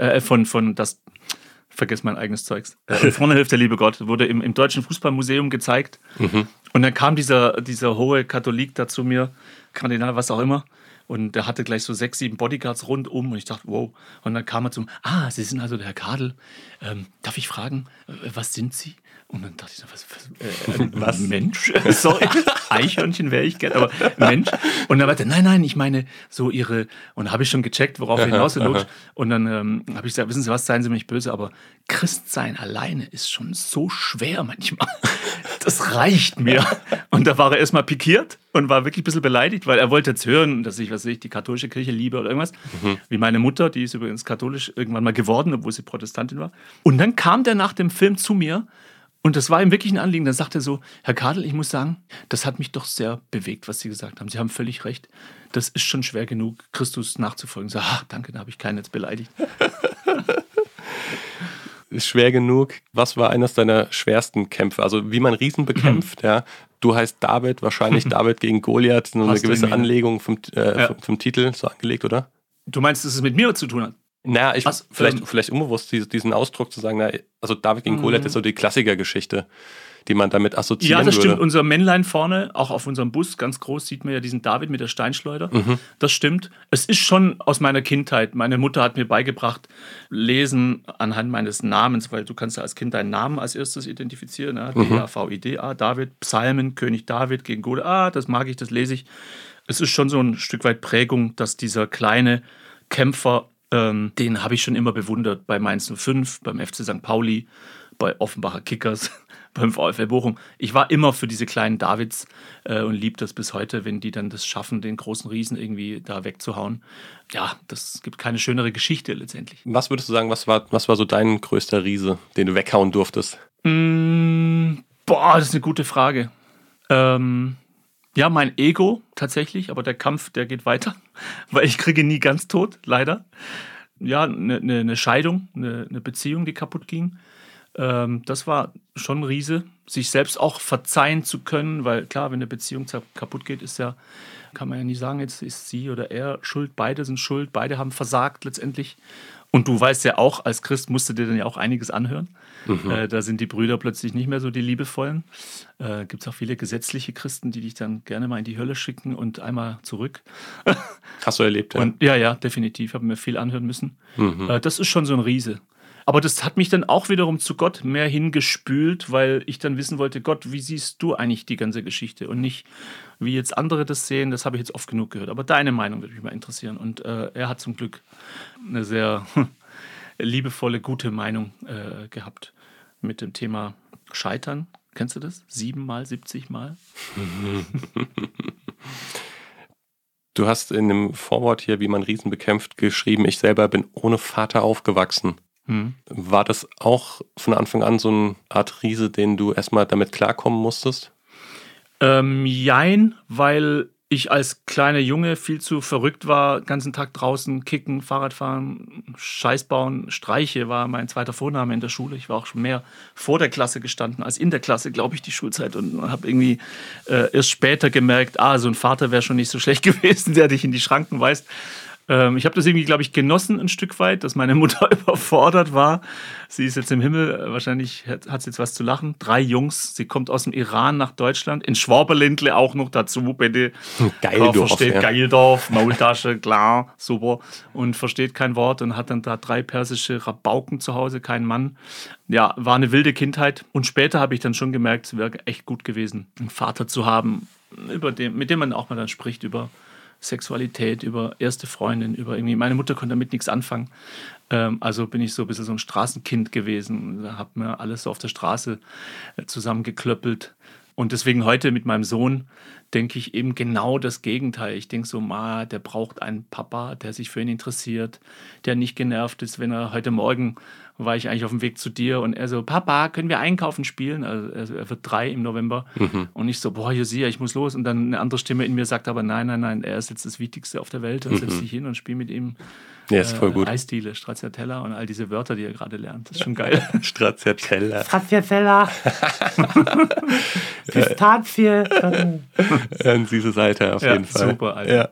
vergiss mein eigenes Zeugs. Vorne hilft der liebe Gott, wurde im Deutschen Fußballmuseum gezeigt. Und dann kam dieser hohe Katholik da zu mir, Kardinal, was auch immer. Und der hatte gleich so 6, 7 Bodyguards rundum. Und ich dachte, wow. Und dann kam er zum, Sie sind also der Herr Kadel. Darf ich fragen, was sind Sie? Und dann dachte ich, was? Mensch? Sorry, Eichhörnchen wäre ich gern, aber Mensch. Und dann war der, nein, ich meine so Ihre, und da habe ich schon gecheckt, worauf er hinaus lutscht. Und dann habe ich gesagt, wissen Sie was, seien Sie mir nicht böse, aber Christsein alleine ist schon so schwer manchmal. Das reicht mir. Und da war er erstmal pikiert und war wirklich ein bisschen beleidigt, weil er wollte jetzt hören, dass ich, die katholische Kirche liebe oder irgendwas. Wie meine Mutter, die ist übrigens katholisch irgendwann mal geworden, obwohl sie Protestantin war. Und dann kam der nach dem Film zu mir. Und das war ihm wirklich ein Anliegen. Dann sagte er so, Herr Kadel, ich muss sagen, das hat mich doch sehr bewegt, was Sie gesagt haben. Sie haben völlig recht. Das ist schon schwer genug, Christus nachzufolgen. So, danke, da habe ich keinen jetzt beleidigt. Ist schwer genug. Was war eines deiner schwersten Kämpfe? Also wie man Riesen bekämpft, ja. Du heißt David, wahrscheinlich David gegen Goliath, so eine gewisse Anlegung vom Titel so angelegt, oder? Du meinst, dass es mit mir zu tun hat? Naja, vielleicht unbewusst diesen Ausdruck zu sagen, also David gegen Goliath ist so die Klassikergeschichte, die man damit assoziieren würde. Ja, das stimmt. Unser Männlein vorne, auch auf unserem Bus, ganz groß, sieht man ja diesen David mit der Steinschleuder. Das stimmt. Es ist schon aus meiner Kindheit. Meine Mutter hat mir beigebracht, lesen anhand meines Namens, weil du kannst ja als Kind deinen Namen als erstes identifizieren. Ja? D-A-V-I-D-A, David, Psalmen, König David gegen Goliath. Das mag ich, das lese ich. Es ist schon so ein Stück weit Prägung, dass dieser kleine Kämpfer, den habe ich schon immer bewundert bei Mainz 05, beim FC St. Pauli, bei Offenbacher Kickers, beim VfL Bochum. Ich war immer für diese kleinen Davids und liebe das bis heute, wenn die dann das schaffen, den großen Riesen irgendwie da wegzuhauen. Ja, das gibt keine schönere Geschichte letztendlich. Was würdest du sagen, was war so dein größter Riese, den du weghauen durftest? Das ist eine gute Frage. Ja, mein Ego tatsächlich, aber der Kampf, der geht weiter, weil ich kriege nie ganz tot, leider. Ja, eine Scheidung, eine Beziehung, die kaputt ging. Das war schon ein Riese, sich selbst auch verzeihen zu können, weil klar, wenn eine Beziehung kaputt geht, kann man ja nie sagen, jetzt ist sie oder er schuld, beide sind schuld, beide haben versagt letztendlich. Und du weißt ja auch, als Christ musst du dir dann ja auch einiges anhören. Da sind die Brüder plötzlich nicht mehr so die liebevollen. Gibt es auch viele gesetzliche Christen, die dich dann gerne mal in die Hölle schicken und einmal zurück. Hast du erlebt, ja? Und, ja, definitiv. Habe mir viel anhören müssen. Das ist schon so ein Riese. Aber das hat mich dann auch wiederum zu Gott mehr hingespült, weil ich dann wissen wollte, Gott, wie siehst du eigentlich die ganze Geschichte? Und nicht, wie jetzt andere das sehen, das habe ich jetzt oft genug gehört. Aber deine Meinung würde mich mal interessieren. Und er hat zum Glück eine sehr liebevolle, gute Meinung gehabt mit dem Thema Scheitern. Kennst du das? 7 Mal, 70 Mal? Du hast in dem Vorwort hier, wie man Riesen bekämpft, geschrieben, ich selber bin ohne Vater aufgewachsen. War das auch von Anfang an so eine Art Riese, den du erstmal damit klarkommen musstest? Jein, weil ich als kleiner Junge viel zu verrückt war, den ganzen Tag draußen kicken, Fahrradfahren, Scheiß bauen, Streiche war mein zweiter Vorname in der Schule. Ich war auch schon mehr vor der Klasse gestanden als in der Klasse, glaube ich, die Schulzeit. Und habe irgendwie erst später gemerkt, so ein Vater wäre schon nicht so schlecht gewesen, der dich in die Schranken weist. Ich habe das irgendwie, glaube ich, genossen ein Stück weit, dass meine Mutter überfordert war. Sie ist jetzt im Himmel, wahrscheinlich hat sie jetzt was zu lachen. 3 Jungs, sie kommt aus dem Iran nach Deutschland, in Schwaberländle auch noch dazu, bitte. Geildorf, versteht Geildorf, Maultasche, klar, super. Und versteht kein Wort und hat dann da 3 persische Rabauken zu Hause, kein Mann. Ja, war eine wilde Kindheit. Und später habe ich dann schon gemerkt, es wäre echt gut gewesen, einen Vater zu haben, mit dem man auch mal dann spricht über Sexualität, über erste Freundin, über irgendwie. Meine Mutter konnte damit nichts anfangen. Also bin ich so ein bisschen so ein Straßenkind gewesen. Da habe mir alles so auf der Straße zusammengeklöppelt. Und deswegen heute mit meinem Sohn denke ich eben genau das Gegenteil. Ich denke so, der braucht einen Papa, der sich für ihn interessiert, der nicht genervt ist, wenn er heute Morgen war ich eigentlich auf dem Weg zu dir und er so, Papa, können wir einkaufen spielen? Also er wird 3 im November. Und ich so, Josia, ich muss los. Und dann eine andere Stimme in mir sagt aber, nein, er ist jetzt das Wichtigste auf der Welt. Dann setz dich hin und spiel mit ihm ist voll gut. Eisdiele, Stracciatella und all diese Wörter, die er gerade lernt. Das ist schon geil. Stracciatella. Stracciatella. Pistazie. Eine süße Seite auf jeden Fall. Super, Alter.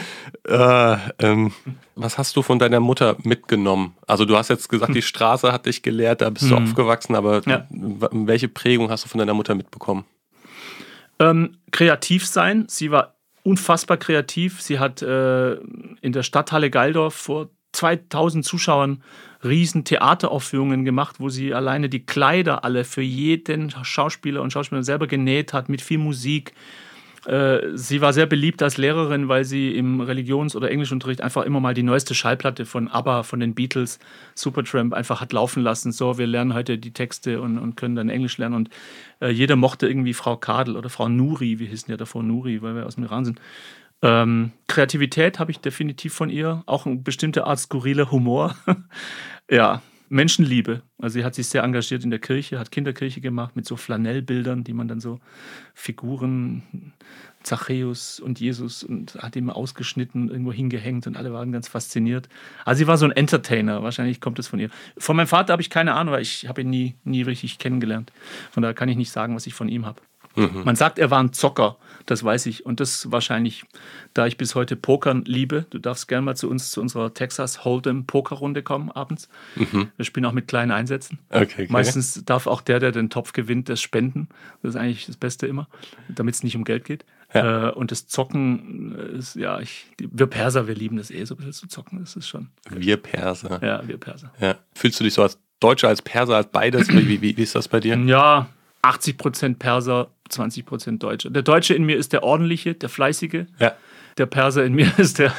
Was hast du von deiner Mutter mitgenommen? Also du hast jetzt gesagt, die Straße hat dich gelehrt, da bist du aufgewachsen, aber welche Prägung hast du von deiner Mutter mitbekommen? Kreativ sein. Sie war unfassbar kreativ. Sie hat in der Stadthalle Geildorf vor 2000 Zuschauern riesen Theateraufführungen gemacht, wo sie alleine die Kleider alle für jeden Schauspieler und Schauspielerin selber genäht hat, mit viel Musik. Sie war sehr beliebt als Lehrerin, weil sie im Religions- oder Englischunterricht einfach immer mal die neueste Schallplatte von ABBA, von den Beatles, Supertramp einfach hat laufen lassen. So, wir lernen heute die Texte und können dann Englisch lernen. Und jeder mochte irgendwie Frau Kadel oder Frau Nuri, wir hießen ja davor Nuri, weil wir aus dem Iran sind. Kreativität habe ich definitiv von ihr, auch eine bestimmte Art skurriler Humor. Ja, Menschenliebe. Also sie hat sich sehr engagiert in der Kirche, hat Kinderkirche gemacht mit so Flanellbildern, die man dann so Figuren, Zachäus und Jesus und hat ihn ausgeschnitten, irgendwo hingehängt und alle waren ganz fasziniert. Also sie war so ein Entertainer, wahrscheinlich kommt es von ihr. Von meinem Vater habe ich keine Ahnung, weil ich habe ihn nie richtig kennengelernt. Von daher kann ich nicht sagen, was ich von ihm habe. Man sagt, er war ein Zocker, das weiß ich. Und das wahrscheinlich, da ich bis heute Pokern liebe. Du darfst gerne mal zu uns, zu unserer Texas Hold'em Pokerrunde kommen abends. Wir spielen auch mit kleinen Einsätzen. Okay. Meistens darf auch der den Topf gewinnt, das spenden. Das ist eigentlich das Beste immer, damit es nicht um Geld geht. Ja. Und das Zocken ist, wir Perser, wir lieben das so ein bisschen zu zocken. Das ist schon. Wir Perser. Ja, wir Perser. Ja. Fühlst du dich so als Deutscher, als Perser, als beides? Wie ist das bei dir? Ja, 80% Perser, 20% Deutsche. Der Deutsche in mir ist der Ordentliche, der Fleißige. Ja. Der Perser in mir ist der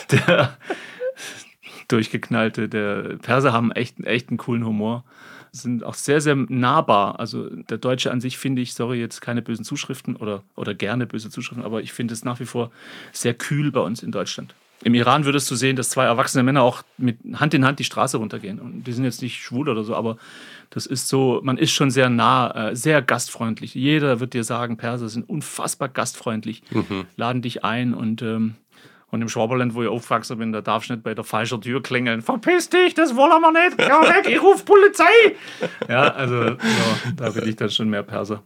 Durchgeknallte. Der Perser haben echt einen coolen Humor. Sind auch sehr, sehr nahbar. Also der Deutsche an sich finde ich, sorry, jetzt keine bösen Zuschriften oder gerne böse Zuschriften, aber ich finde es nach wie vor sehr kühl bei uns in Deutschland. Im Iran würdest du sehen, dass 2 erwachsene Männer auch mit Hand in Hand die Straße runtergehen. Und die sind jetzt nicht schwul oder so, aber das ist so, man ist schon sehr nah, sehr gastfreundlich. Jeder wird dir sagen, Perser sind unfassbar gastfreundlich, laden dich ein und im Schwaberland, wo ich aufgewachsen bin, da darfst du nicht bei der falschen Tür klingeln. Verpiss dich, das wollen wir nicht. Ja, weg, ich ruf Polizei. Ja, also da bin ich dann schon mehr Perser.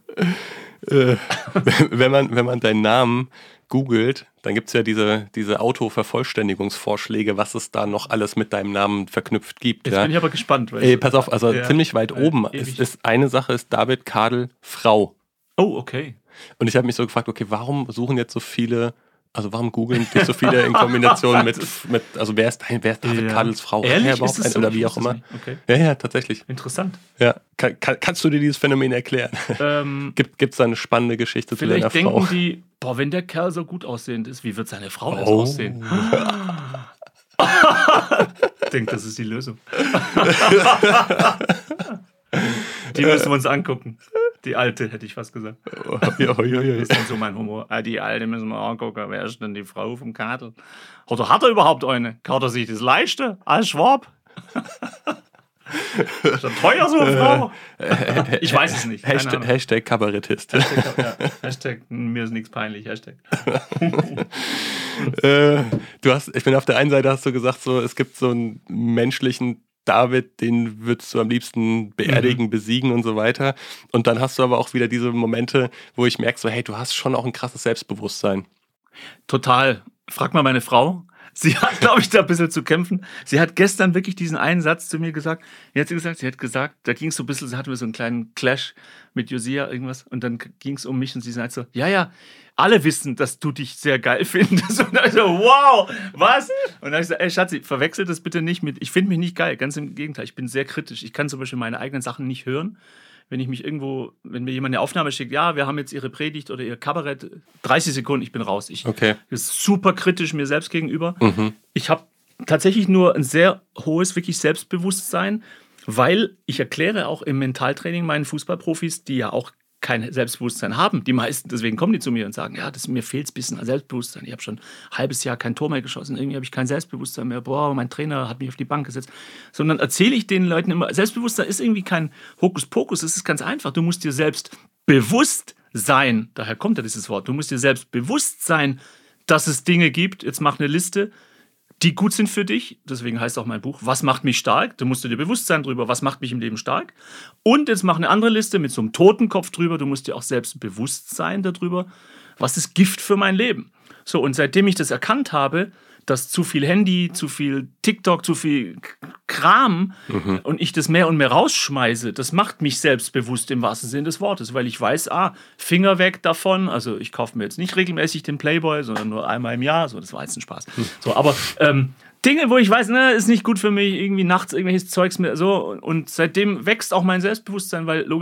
Wenn man deinen Namen googelt, dann gibt es ja diese Autovervollständigungsvorschläge, was es da noch alles mit deinem Namen verknüpft gibt. Jetzt bin ich aber gespannt. Pass auf, also ziemlich weit oben ist eine Sache, ist David Kadel Frau. Oh, okay. Und ich habe mich so gefragt, okay, warum suchen jetzt so viele, also warum googeln dich so viele in Kombination mit also wer ist David Kadels Frau? Ehrlich? Ist das so? Oder wie auch immer. Okay. Ja, tatsächlich. Interessant. Ja. Kannst du dir dieses Phänomen erklären? Gibt es da eine spannende Geschichte zu deiner Frau? Vielleicht denken die, wenn der Kerl so gut aussehend ist, wie wird seine Frau erst aussehen? Ich denke, das ist die Lösung. Die müssen wir uns angucken. Die Alte, hätte ich fast gesagt. Das ist dann so mein Humor. Die Alte müssen wir angucken. Wer ist denn die Frau vom Kadel? Oder hat er überhaupt eine? Kann er sich das leisten als Schwab? Schon teuer, so eine Frau? Ich weiß es nicht. Hashtag Kabarettist. Hashtag mir ist nichts peinlich. Hashtag. Ich bin auf der einen Seite, hast du gesagt, so, es gibt so einen menschlichen David, den würdest du am liebsten beerdigen, besiegen und so weiter. Und dann hast du aber auch wieder diese Momente, wo ich merke, so, hey, du hast schon auch ein krasses Selbstbewusstsein. Total. Frag mal meine Frau. Sie hat, glaube ich, da ein bisschen zu kämpfen. Sie hat gestern wirklich diesen einen Satz zu mir gesagt. Sie hat gesagt, da ging es so ein bisschen, sie hatte so einen kleinen Clash mit Josia, irgendwas. Und dann ging es um mich und sie sagt so, ja, alle wissen, dass du dich sehr geil findest. Und dann ich so, wow, was? Und dann habe ich gesagt, ey Schatzi, verwechsel das bitte nicht mit, ich finde mich nicht geil. Ganz im Gegenteil, ich bin sehr kritisch. Ich kann zum Beispiel meine eigenen Sachen nicht hören. Wenn mir jemand eine Aufnahme schickt, ja, wir haben jetzt Ihre Predigt oder Ihr Kabarett, 30 Sekunden, ich bin raus. Ich bin super kritisch mir selbst gegenüber. Ich habe tatsächlich nur ein sehr hohes, wirklich Selbstbewusstsein, weil ich erkläre auch im Mentaltraining meinen Fußballprofis, die ja auch kein Selbstbewusstsein haben. Die meisten, deswegen kommen die zu mir und sagen, ja, mir fehlt ein bisschen an Selbstbewusstsein. Ich habe schon ein halbes Jahr kein Tor mehr geschossen. Irgendwie habe ich kein Selbstbewusstsein mehr. Boah, mein Trainer hat mich auf die Bank gesetzt. Sondern erzähle ich den Leuten immer, Selbstbewusstsein ist irgendwie kein Hokuspokus. Es ist ganz einfach. Du musst dir selbst bewusst sein. Daher kommt ja dieses Wort. Du musst dir selbst bewusst sein, dass es Dinge gibt. Jetzt mach eine Liste, die gut sind für dich. Deswegen heißt auch mein Buch, was macht mich stark? Da musst du dir bewusst sein drüber, was macht mich im Leben stark? Und jetzt mach eine andere Liste mit so einem Totenkopf drüber. Du musst dir auch selbst bewusst sein darüber, was ist Gift für mein Leben? So, und seitdem ich das erkannt habe, dass zu viel Handy, zu viel TikTok, zu viel Kram und ich das mehr und mehr rausschmeiße, das macht mich selbstbewusst im wahrsten Sinne des Wortes, weil ich weiß, Finger weg davon, also ich kaufe mir jetzt nicht regelmäßig den Playboy, sondern nur einmal im Jahr, so, das war jetzt ein Spaß. So, aber Dinge, wo ich weiß, ist nicht gut für mich, irgendwie nachts irgendwelches Zeugs mehr, so, und seitdem wächst auch mein Selbstbewusstsein,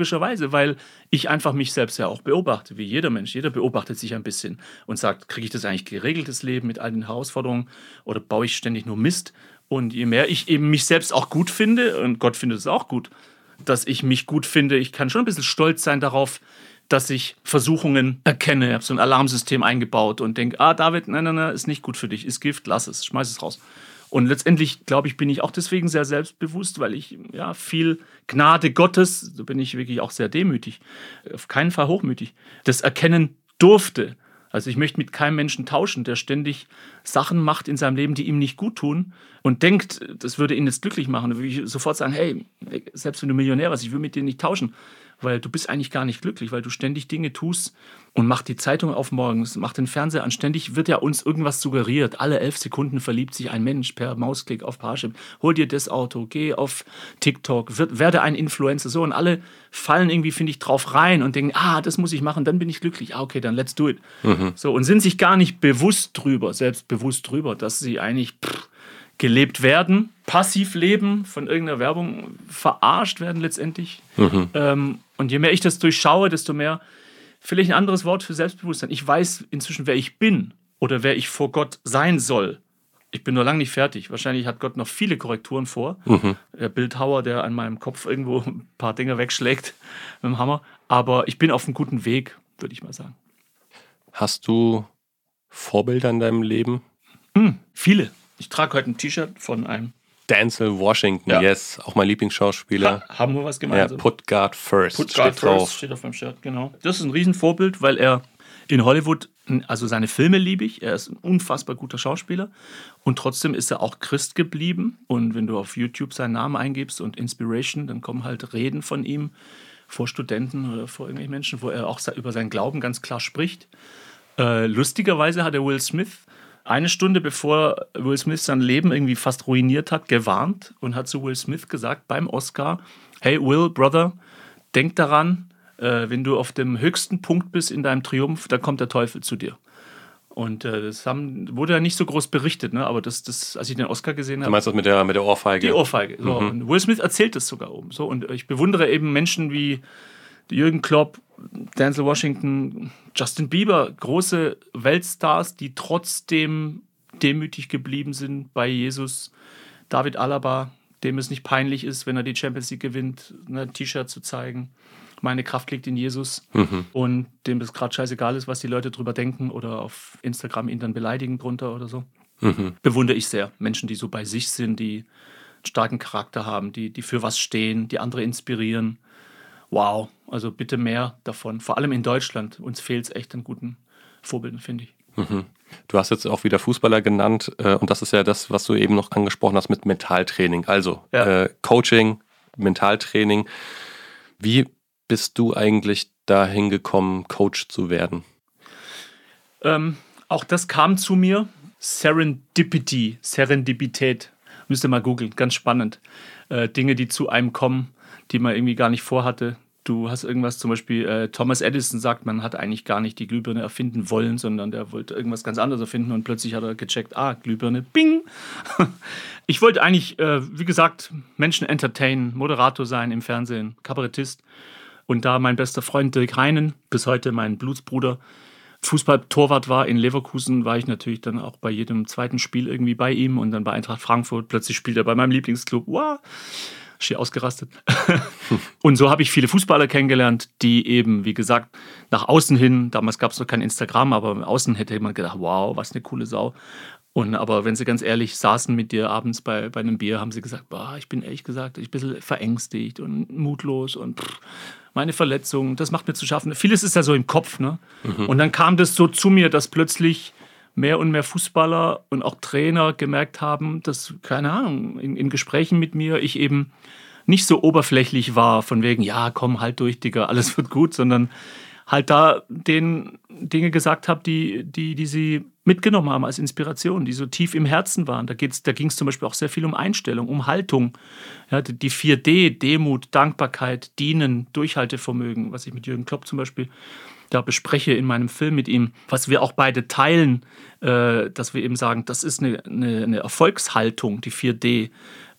weil ich einfach mich selbst ja auch beobachte, wie jeder Mensch. Jeder beobachtet sich ein bisschen und sagt, kriege ich das eigentlich geregeltes Leben mit all den Herausforderungen oder baue ich ständig nur Mist? Und je mehr ich eben mich selbst auch gut finde, und Gott findet es auch gut, dass ich mich gut finde, ich kann schon ein bisschen stolz sein darauf, dass ich Versuchungen erkenne. Ich habe so ein Alarmsystem eingebaut und denke, David, nein, ist nicht gut für dich, ist Gift, lass es, schmeiß es raus. Und letztendlich, glaube ich, bin ich auch deswegen sehr selbstbewusst, weil ich viel Gnade Gottes, da bin ich wirklich auch sehr demütig, auf keinen Fall hochmütig, das erkennen durfte. Also ich möchte mit keinem Menschen tauschen, der ständig Sachen macht in seinem Leben, die ihm nicht gut tun und denkt, das würde ihn jetzt glücklich machen. Da würde ich sofort sagen, hey, selbst wenn du Millionär warst, ich will mit dir nicht tauschen, weil du bist eigentlich gar nicht glücklich, weil du ständig Dinge tust und mach die Zeitung auf morgens, mach den Fernseher an. Ständig wird ja uns irgendwas suggeriert. Alle 11 Sekunden verliebt sich ein Mensch per Mausklick auf Parship. Hol dir das Auto, geh auf TikTok, werde ein Influencer. So, und alle fallen irgendwie, finde ich, drauf rein und denken, das muss ich machen, dann bin ich glücklich. Okay, dann let's do it. So, und sind sich gar nicht selbstbewusst drüber, dass sie eigentlich gelebt werden, passiv leben, von irgendeiner Werbung verarscht werden letztendlich. Und je mehr ich das durchschaue, desto mehr, vielleicht ein anderes Wort für Selbstbewusstsein. Ich weiß inzwischen, wer ich bin oder wer ich vor Gott sein soll. Ich bin nur lange nicht fertig. Wahrscheinlich hat Gott noch viele Korrekturen vor. Der Bildhauer, der an meinem Kopf irgendwo ein paar Dinge wegschlägt mit dem Hammer. Aber ich bin auf einem guten Weg, würde ich mal sagen. Hast du Vorbilder in deinem Leben? Viele. Ich trage heute ein T-Shirt von einem Denzel Washington, yes, auch mein Lieblingsschauspieler. Haben wir was gemeinsam? Ja, Put God First. Put God First steht auf meinem Shirt, genau. Das ist ein Riesenvorbild, weil er in Hollywood, also seine Filme liebe ich, er ist ein unfassbar guter Schauspieler und trotzdem ist er auch Christ geblieben. Und wenn du auf YouTube seinen Namen eingibst und Inspiration, dann kommen halt Reden von ihm vor Studenten oder vor irgendwelchen Menschen, wo er auch über seinen Glauben ganz klar spricht. Lustigerweise hat er Will Smith 1 Stunde bevor Will Smith sein Leben irgendwie fast ruiniert hat, gewarnt und hat zu Will Smith gesagt beim Oscar, hey Will, Brother, denk daran, wenn du auf dem höchsten Punkt bist in deinem Triumph, dann kommt der Teufel zu dir. Und das wurde ja nicht so groß berichtet, ne? Aber das, als ich den Oscar gesehen habe... Du meinst das mit der Ohrfeige? Die Ohrfeige. So. Und Will Smith erzählt das sogar oben. So. Und ich bewundere eben Menschen wie Jürgen Klopp, Denzel Washington, Justin Bieber, große Weltstars, die trotzdem demütig geblieben sind bei Jesus. David Alaba, dem es nicht peinlich ist, wenn er die Champions League gewinnt, ein T-Shirt zu zeigen. Meine Kraft liegt in Jesus. Und dem es gerade scheißegal ist, was die Leute drüber denken oder auf Instagram ihn dann beleidigen drunter oder so. Bewundere ich sehr. Menschen, die so bei sich sind, die starken Charakter haben, die für was stehen, die andere inspirieren. Wow, also bitte mehr davon. Vor allem in Deutschland. Uns fehlt es echt an guten Vorbildern, finde ich. Du hast jetzt auch wieder Fußballer genannt und das ist ja das, was du eben noch angesprochen hast mit Mentaltraining. Also Coaching, Mentaltraining. Wie bist du eigentlich dahin gekommen, Coach zu werden? Auch das kam zu mir. Serendipität. Müsst ihr mal googeln, ganz spannend. Dinge, die zu einem kommen, die man irgendwie gar nicht vorhatte. Du hast irgendwas, zum Beispiel Thomas Edison sagt, man hat eigentlich gar nicht die Glühbirne erfinden wollen, sondern der wollte irgendwas ganz anderes erfinden und plötzlich hat er gecheckt, Glühbirne, bing. Ich wollte eigentlich, wie gesagt, Menschen entertainen, Moderator sein im Fernsehen, Kabarettist. Und da mein bester Freund Dirk Heinen, bis heute mein Blutsbruder, Fußballtorwart war in Leverkusen, war ich natürlich dann auch bei jedem zweiten Spiel irgendwie bei ihm und dann bei Eintracht Frankfurt. Plötzlich spielt er bei meinem Lieblingsclub. Wow! Schier ausgerastet. Und so habe ich viele Fußballer kennengelernt, die eben, wie gesagt, nach außen hin, damals gab es noch kein Instagram, aber im Außen hätte jemand gedacht, wow, was eine coole Sau. Aber wenn sie ganz ehrlich saßen mit dir abends bei einem Bier, haben sie gesagt, ich bin ehrlich gesagt ein bisschen verängstigt und mutlos und meine Verletzung, das macht mir zu schaffen. Vieles ist ja so im Kopf, ne? Und dann kam das so zu mir, dass plötzlich mehr und mehr Fußballer und auch Trainer gemerkt haben, dass, keine Ahnung, in Gesprächen mit mir ich eben nicht so oberflächlich war, von wegen, ja, komm, halt durch, Digga, alles wird gut, sondern halt da denen Dinge gesagt habe, die sie mitgenommen haben als Inspiration, die so tief im Herzen waren. Da ging es zum Beispiel auch sehr viel um Einstellung, um Haltung. Ja, die 4D, Demut, Dankbarkeit, Dienen, Durchhaltevermögen, was ich mit Jürgen Klopp zum Beispiel da bespreche in meinem Film mit ihm, was wir auch beide teilen, dass wir eben sagen, das ist eine Erfolgshaltung, die 4D,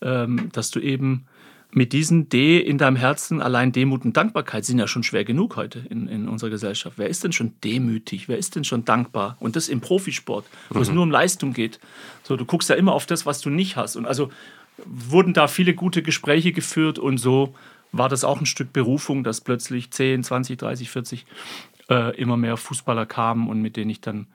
dass du eben mit diesen D in deinem Herzen, allein Demut und Dankbarkeit sind ja schon schwer genug heute in unserer Gesellschaft. Wer ist denn schon demütig? Wer ist denn schon dankbar? Und das im Profisport, wo es nur um Leistung geht. So, du guckst ja immer auf das, was du nicht hast. Und also wurden da viele gute Gespräche geführt und so war das auch ein Stück Berufung, dass plötzlich 10, 20, 30, 40 immer mehr Fußballer kamen und mit denen ich dann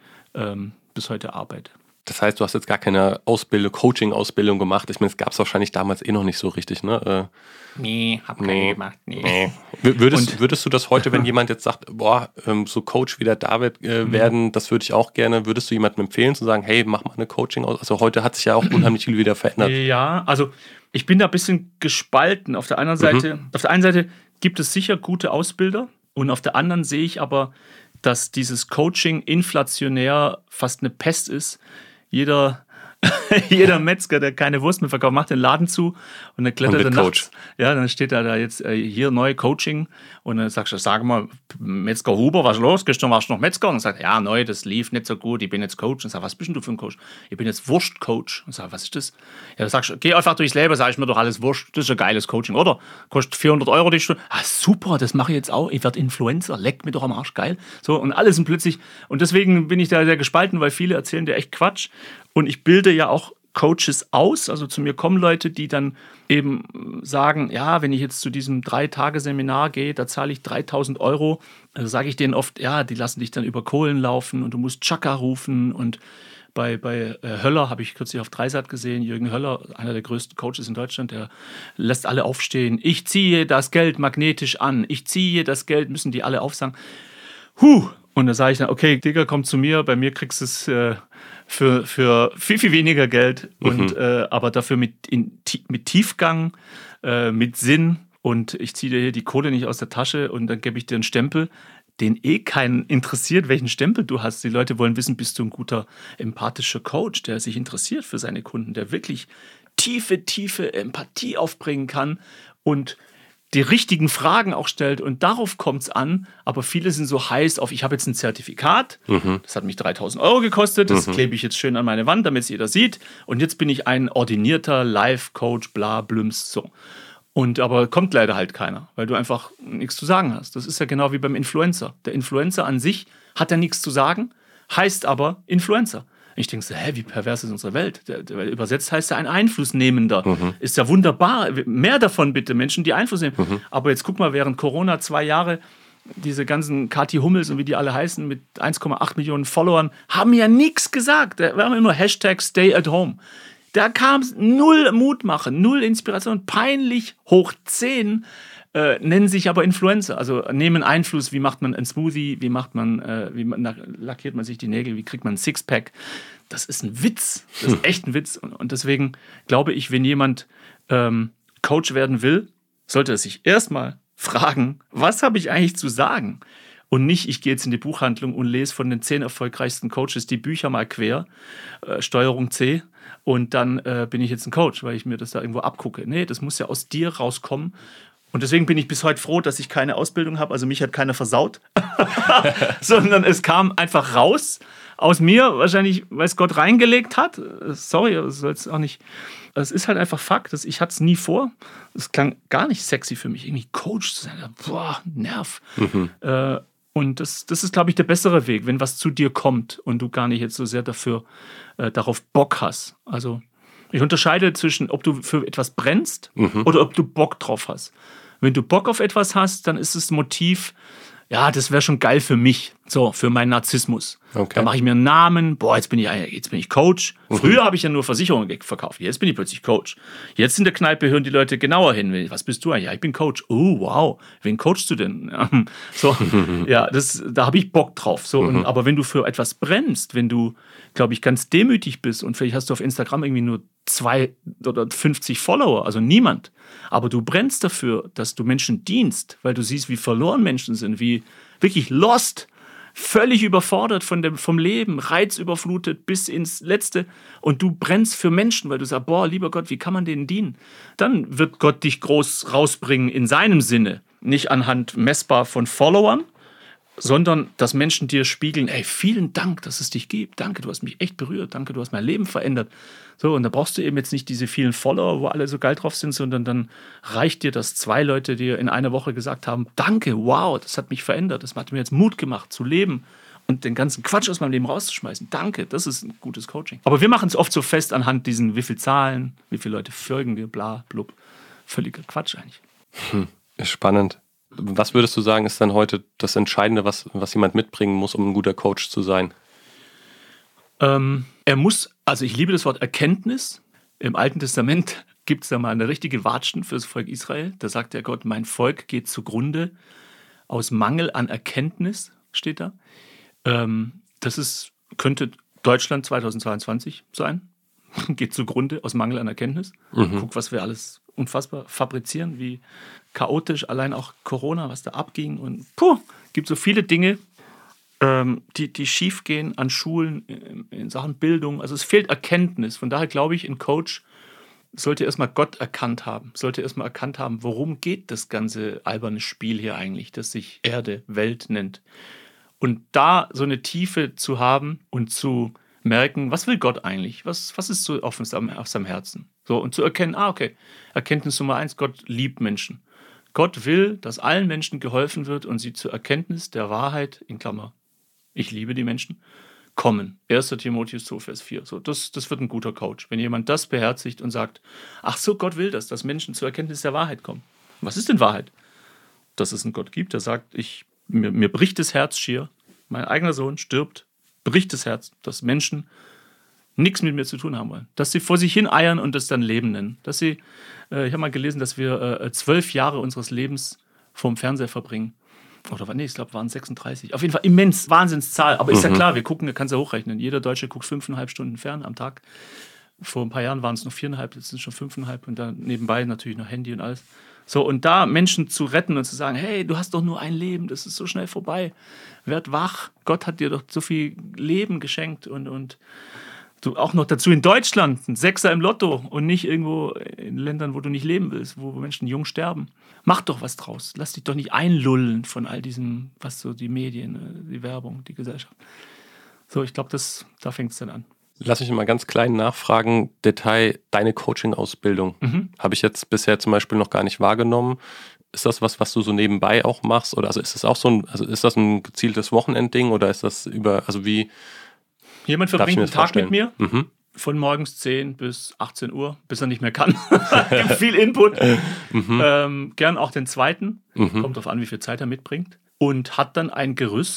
bis heute arbeite. Das heißt, du hast jetzt gar keine Coaching-Ausbildung gemacht. Ich meine, es gab es wahrscheinlich damals noch nicht so richtig, ne? Nee, hab keine gemacht. Nee. Würdest du das heute, wenn jemand jetzt sagt, so Coach wie der David werden, das würde ich auch gerne, würdest du jemandem empfehlen, zu sagen, hey, mach mal eine Coaching aus? Also heute hat sich ja auch unheimlich viel wieder verändert. Ja, also ich bin da ein bisschen gespalten. Auf der einen Seite gibt es sicher gute Ausbilder und auf der anderen sehe ich aber, dass dieses Coaching inflationär fast eine Pest ist. Jeder Metzger, der keine Wurst mehr verkauft, macht den Laden zu und dann klettert er nachts. Ja, dann steht da jetzt hier neu Coaching und dann sagst du, sag mal, Metzger Huber, was ist los? Gestern warst du noch Metzger? Und dann sagt ja, neu, das lief nicht so gut, ich bin jetzt Coach. Und sag, was bist denn du für ein Coach? Ich bin jetzt Wurstcoach. Und sag, was ist das? Ja, dann sagst du, geh einfach durchs Leben, sag ich mir doch alles Wurst, das ist ein geiles Coaching, oder? Kostet 400 € die Stunde. Super, das mache ich jetzt auch. Ich werde Influencer, leck mir doch am Arsch, geil. So, und alles und plötzlich, und deswegen bin ich da sehr gespalten, weil viele erzählen dir echt Quatsch. Und ich bilde ja auch Coaches aus, also zu mir kommen Leute, die dann eben sagen, ja, wenn ich jetzt zu diesem 3-Tage-Seminar gehe, da zahle ich 3.000 €, also sage ich denen oft, ja, die lassen dich dann über Kohlen laufen und du musst Chaka rufen und bei Höller habe ich kürzlich auf Dreisat gesehen, Jürgen Höller, einer der größten Coaches in Deutschland, der lässt alle aufstehen, ich ziehe das Geld magnetisch an, ich ziehe das Geld, müssen die alle aufsagen. Und da sage ich dann, okay, Digga, komm zu mir, bei mir kriegst du es für viel, viel weniger Geld, und, aber dafür mit Tiefgang, mit Sinn, und ich ziehe dir hier die Kohle nicht aus der Tasche und dann gebe ich dir einen Stempel, den keinen interessiert, welchen Stempel du hast. Die Leute wollen wissen, bist du ein guter, empathischer Coach, der sich interessiert für seine Kunden, der wirklich tiefe Empathie aufbringen kann und die richtigen Fragen auch stellt, und darauf kommt es an, aber viele sind so heiß auf, ich habe jetzt ein Zertifikat, das hat mich 3.000 € gekostet, das klebe ich jetzt schön an meine Wand, damit es jeder sieht, und jetzt bin ich ein ordinierter Life-Coach, bla, blüms, so. Und aber kommt leider halt keiner, weil du einfach nichts zu sagen hast. Das ist ja genau wie beim Influencer. Der Influencer an sich hat ja nichts zu sagen, heißt aber Influencer. Ich denke so, wie pervers ist unsere Welt? Weil übersetzt heißt ja ein Einflussnehmender. Ist ja wunderbar. Mehr davon bitte, Menschen, die Einfluss nehmen. Aber jetzt guck mal, während Corona 2 Jahre, diese ganzen Kathi Hummels und wie die alle heißen, mit 1,8 Millionen Followern, haben ja nichts gesagt. Wir haben immer Hashtag Stay at Home. Da kam null Mut machen, null Inspiration, peinlich hoch 10, nennen sich aber Influencer. Also nehmen Einfluss, wie macht man einen Smoothie, wie lackiert man sich die Nägel, wie kriegt man ein Sixpack. Das ist ein Witz, das ist echt ein Witz. Und deswegen glaube ich, wenn jemand Coach werden will, sollte er sich erstmal fragen, was habe ich eigentlich zu sagen? Und nicht, ich gehe jetzt in die Buchhandlung und lese von den 10 erfolgreichsten Coaches die Bücher mal quer, Steuerung C, und dann bin ich jetzt ein Coach, weil ich mir das da irgendwo abgucke. Nee, das muss ja aus dir rauskommen. Und deswegen bin ich bis heute froh, dass ich keine Ausbildung habe. Also mich hat keiner versaut, sondern es kam einfach raus aus mir, wahrscheinlich, weil es Gott reingelegt hat. Sorry, das soll es auch nicht. Es ist halt einfach Fakt, dass ich hatte es nie vor. Es klang gar nicht sexy für mich, irgendwie Coach zu sein. Boah, Nerv. Und das ist, glaube ich, der bessere Weg, wenn was zu dir kommt und du gar nicht jetzt so sehr darauf Bock hast. Also ich unterscheide zwischen, ob du für etwas brennst oder ob du Bock drauf hast. Wenn du Bock auf etwas hast, dann ist das Motiv, ja, das wäre schon geil für mich, so, für meinen Narzissmus. Okay. Da mache ich mir einen Namen, boah, jetzt bin ich Coach. Früher habe ich ja nur Versicherungen verkauft, jetzt bin ich plötzlich Coach. Jetzt in der Kneipe hören die Leute genauer hin. Was bist du eigentlich? Ja, ich bin Coach. Oh, wow, wen coachst du denn? So, ja, da habe ich Bock drauf. So, aber wenn du für etwas brennst, wenn du, glaube ich, ganz demütig bist und vielleicht hast du auf Instagram irgendwie nur 2 oder 50 Follower, also niemand, aber du brennst dafür, dass du Menschen dienst, weil du siehst, wie verloren Menschen sind, wie wirklich lost, völlig überfordert vom Leben, reizüberflutet bis ins Letzte, und du brennst für Menschen, weil du sagst, boah, lieber Gott, wie kann man denen dienen? Dann wird Gott dich groß rausbringen in seinem Sinne, nicht anhand messbar von Followern, sondern dass Menschen dir spiegeln, ey, vielen Dank, dass es dich gibt. Danke, du hast mich echt berührt. Danke, du hast mein Leben verändert. So, und da brauchst du eben jetzt nicht diese vielen Follower, wo alle so geil drauf sind, sondern dann reicht dir, dass 2 Leute dir in einer Woche gesagt haben, danke, wow, das hat mich verändert. Das hat mir jetzt Mut gemacht, zu leben und den ganzen Quatsch aus meinem Leben rauszuschmeißen. Danke, das ist ein gutes Coaching. Aber wir machen es oft so fest anhand diesen, wie viele Zahlen, wie viele Leute folgen dir, bla, blub. Völliger Quatsch eigentlich. Spannend. Was würdest du sagen, ist dann heute das Entscheidende, was jemand mitbringen muss, um ein guter Coach zu sein? Er muss, also ich liebe das Wort Erkenntnis. Im Alten Testament gibt es da mal eine richtige Watschen für das Volk Israel. Da sagt der Gott, mein Volk geht zugrunde aus Mangel an Erkenntnis, steht da. Könnte Deutschland 2022 sein. Geht zugrunde aus Mangel an Erkenntnis. Guck, was wir alles unfassbar fabrizieren, wie chaotisch allein auch Corona, was da abging. Und gibt so viele Dinge, die schief gehen an Schulen, in Sachen Bildung. Also es fehlt Erkenntnis. Von daher glaube ich, ein Coach sollte erstmal Gott erkannt haben. Sollte erstmal erkannt haben, worum geht das ganze alberne Spiel hier eigentlich, das sich Erde, Welt nennt. Und da so eine Tiefe zu haben und zu merken, was will Gott eigentlich? Was ist so auf seinem Herzen? So, und zu erkennen, okay, Erkenntnis Nummer 1, Gott liebt Menschen. Gott will, dass allen Menschen geholfen wird und sie zur Erkenntnis der Wahrheit, in Klammer, ich liebe die Menschen, kommen. 1. Timotheus 2, Vers 4. So, das wird ein guter Coach. Wenn jemand das beherzigt und sagt, ach so, Gott will das, dass Menschen zur Erkenntnis der Wahrheit kommen. Was ist denn Wahrheit? Dass es einen Gott gibt, der sagt, mir bricht das Herz schier, mein eigener Sohn stirbt, bricht das Herz, dass Menschen nichts mit mir zu tun haben wollen. Dass sie vor sich hin eiern und das dann Leben nennen. Ich habe mal gelesen, dass wir 12 Jahre unseres Lebens vorm Fernseher verbringen. Oder ich glaube, waren 36. Auf jeden Fall immens, Wahnsinnszahl. Aber ist ja klar, du kannst ja hochrechnen. Jeder Deutsche guckt 5,5 Stunden fern am Tag. Vor ein paar Jahren waren es noch 4,5, jetzt sind es schon 5,5. Und dann nebenbei natürlich noch Handy und alles. So, und da Menschen zu retten und zu sagen, hey, du hast doch nur ein Leben, das ist so schnell vorbei. Werd wach, Gott hat dir doch so viel Leben geschenkt und du auch noch dazu in Deutschland, ein Sechser im Lotto und nicht irgendwo in Ländern, wo du nicht leben willst, wo Menschen jung sterben. Mach doch was draus. Lass dich doch nicht einlullen von all diesem, was so die Medien, die Werbung, die Gesellschaft. So, ich glaube, da fängt es dann an. Lass mich mal ganz klein nachfragen, Detail, deine Coaching-Ausbildung habe ich jetzt bisher zum Beispiel noch gar nicht wahrgenommen. Ist das was du so nebenbei auch machst? Oder ist das auch ist das ein gezieltes Wochenendding oder ist das wie? Jemand verbringt einen Tag mit mir, von morgens 10 bis 18 Uhr, bis er nicht mehr kann. Gibt viel Input. Gern auch den zweiten. Kommt drauf an, wie viel Zeit er mitbringt. Und hat dann ein Gerüst,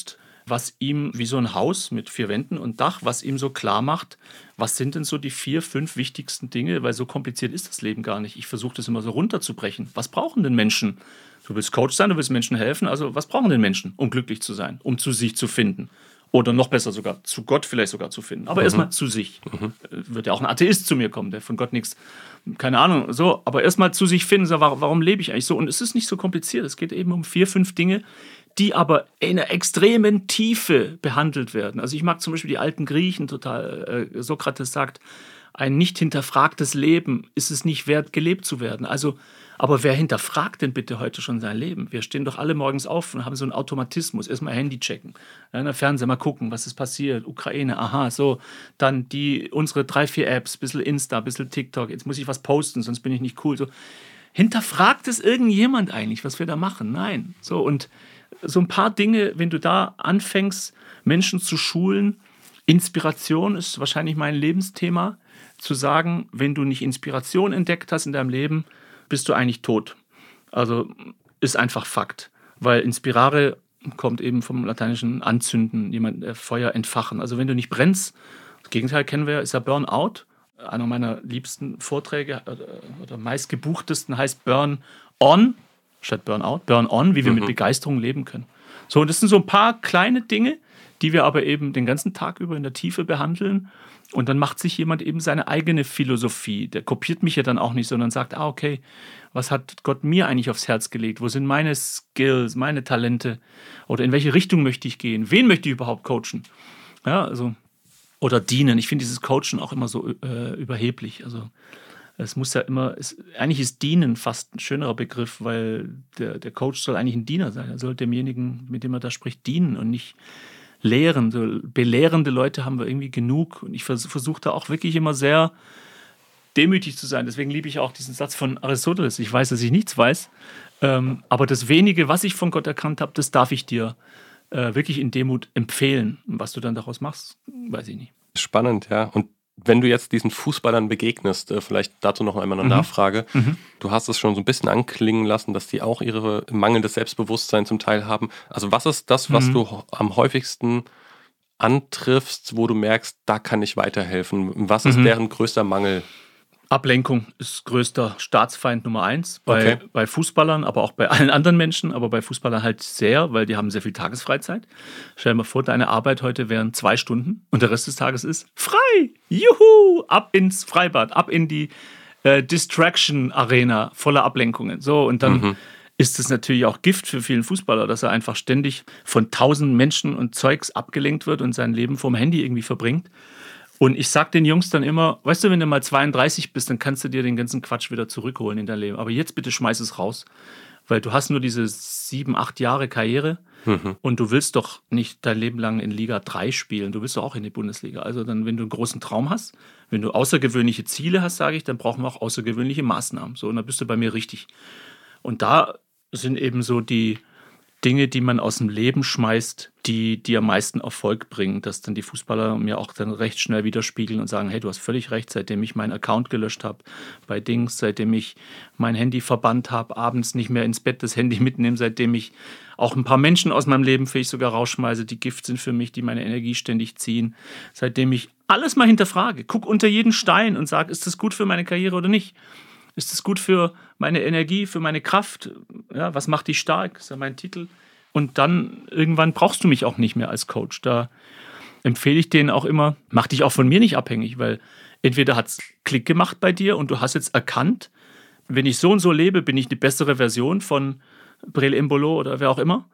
was ihm wie so ein Haus mit 4 Wänden und Dach, was ihm so klar macht, was sind denn so die 4, 5 wichtigsten Dinge, weil so kompliziert ist das Leben gar nicht. Ich versuche das immer so runterzubrechen. Was brauchen denn Menschen? Du willst Coach sein, du willst Menschen helfen, also was brauchen denn Menschen, um glücklich zu sein, um zu sich zu finden? Oder noch besser sogar, zu Gott vielleicht sogar zu finden. Aber erstmal zu sich. Wird ja auch ein Atheist zu mir kommen, der von Gott nichts, keine Ahnung, so. Aber erstmal zu sich finden, so, warum lebe ich eigentlich so? Und es ist nicht so kompliziert. Es geht eben um 4, 5 Dinge, die aber in einer extremen Tiefe behandelt werden. Also ich mag zum Beispiel die alten Griechen total. Sokrates sagt, ein nicht hinterfragtes Leben ist es nicht wert, gelebt zu werden. Also, aber wer hinterfragt denn bitte heute schon sein Leben? Wir stehen doch alle morgens auf und haben so einen Automatismus. Erstmal Handy checken, ja, der Fernseher mal gucken, was ist passiert. Ukraine, aha, so. Dann unsere 3, 4 Apps, bisschen Insta, bisschen TikTok. Jetzt muss ich was posten, sonst bin ich nicht cool. So. Hinterfragt es irgendjemand eigentlich, was wir da machen? Nein. So, und so ein paar Dinge, wenn du da anfängst, Menschen zu schulen, Inspiration ist wahrscheinlich mein Lebensthema, zu sagen, wenn du nicht Inspiration entdeckt hast in deinem Leben, bist du eigentlich tot. Also ist einfach Fakt. Weil inspirare kommt eben vom lateinischen anzünden, Feuer entfachen. Also wenn du nicht brennst, das Gegenteil kennen wir, ist ja Burnout. Einer meiner liebsten Vorträge oder meistgebuchtesten heißt Burn On, statt Burnout, Burn On, wie wir mit Begeisterung leben können. So, und das sind so ein paar kleine Dinge, die wir aber eben den ganzen Tag über in der Tiefe behandeln. Und dann macht sich jemand eben seine eigene Philosophie. Der kopiert mich ja dann auch nicht, sondern sagt, okay, was hat Gott mir eigentlich aufs Herz gelegt? Wo sind meine Skills, meine Talente? Oder in welche Richtung möchte ich gehen? Wen möchte ich überhaupt coachen? Ja, also, oder dienen. Ich finde dieses Coachen auch immer so überheblich. Also es muss ja immer, eigentlich ist Dienen fast ein schönerer Begriff, weil der Coach soll eigentlich ein Diener sein. Er soll demjenigen, mit dem er da spricht, dienen und nicht lehren. So belehrende Leute haben wir irgendwie genug. Und ich versuche da auch wirklich immer sehr demütig zu sein. Deswegen liebe ich auch diesen Satz von Aristoteles. Ich weiß, dass ich nichts weiß, aber das Wenige, was ich von Gott erkannt habe, das darf ich dir wirklich in Demut empfehlen. Und was du dann daraus machst, weiß ich nicht. Spannend, ja. Und wenn du jetzt diesen Fußballern begegnest, vielleicht dazu noch einmal eine Nachfrage. Du hast es schon so ein bisschen anklingen lassen, dass die auch ihre mangelndes Selbstbewusstsein zum Teil haben. Also was ist das, was du am häufigsten antriffst, wo du merkst, da kann ich weiterhelfen? Was ist deren größter Mangel? Ablenkung ist größter Staatsfeind Nummer 1 bei Fußballern, aber auch bei allen anderen Menschen, aber bei Fußballern halt sehr, weil die haben sehr viel Tagesfreizeit. Stell dir mal vor, deine Arbeit heute wären 2 Stunden und der Rest des Tages ist frei. Juhu! Ab ins Freibad, ab in die Distraction-Arena voller Ablenkungen. So, und dann ist es natürlich auch Gift für vielen Fußballer, dass er einfach ständig von 1000 Menschen und Zeugs abgelenkt wird und sein Leben vom Handy irgendwie verbringt. Und ich sag den Jungs dann immer, weißt du, wenn du mal 32 bist, dann kannst du dir den ganzen Quatsch wieder zurückholen in dein Leben. Aber jetzt bitte schmeiß es raus, weil du hast nur diese 7, 8 Jahre Karriere und du willst doch nicht dein Leben lang in Liga 3 spielen. Du willst doch auch in die Bundesliga. Also dann, wenn du einen großen Traum hast, wenn du außergewöhnliche Ziele hast, sage ich, dann brauchen wir auch außergewöhnliche Maßnahmen. So, und dann bist du bei mir richtig. Und da sind eben so die Dinge, die man aus dem Leben schmeißt, die am meisten Erfolg bringen, dass dann die Fußballer mir auch dann recht schnell widerspiegeln und sagen, hey, du hast völlig recht, seitdem ich meinen Account gelöscht habe bei Dings, seitdem ich mein Handy verbannt habe, abends nicht mehr ins Bett das Handy mitnehme, seitdem ich auch ein paar Menschen aus meinem Leben vielleicht sogar rausschmeiße, die Gift sind für mich, die meine Energie ständig ziehen, seitdem ich alles mal hinterfrage, guck unter jeden Stein und sage, ist das gut für meine Karriere oder nicht? Ist es gut für meine Energie, für meine Kraft? Ja, was macht dich stark? Das ist ja mein Titel. Und dann irgendwann brauchst du mich auch nicht mehr als Coach. Da empfehle ich denen auch immer, mach dich auch von mir nicht abhängig, weil entweder hat es Klick gemacht bei dir und du hast jetzt erkannt, wenn ich so und so lebe, bin ich die bessere Version von Breel Embolo oder wer auch immer.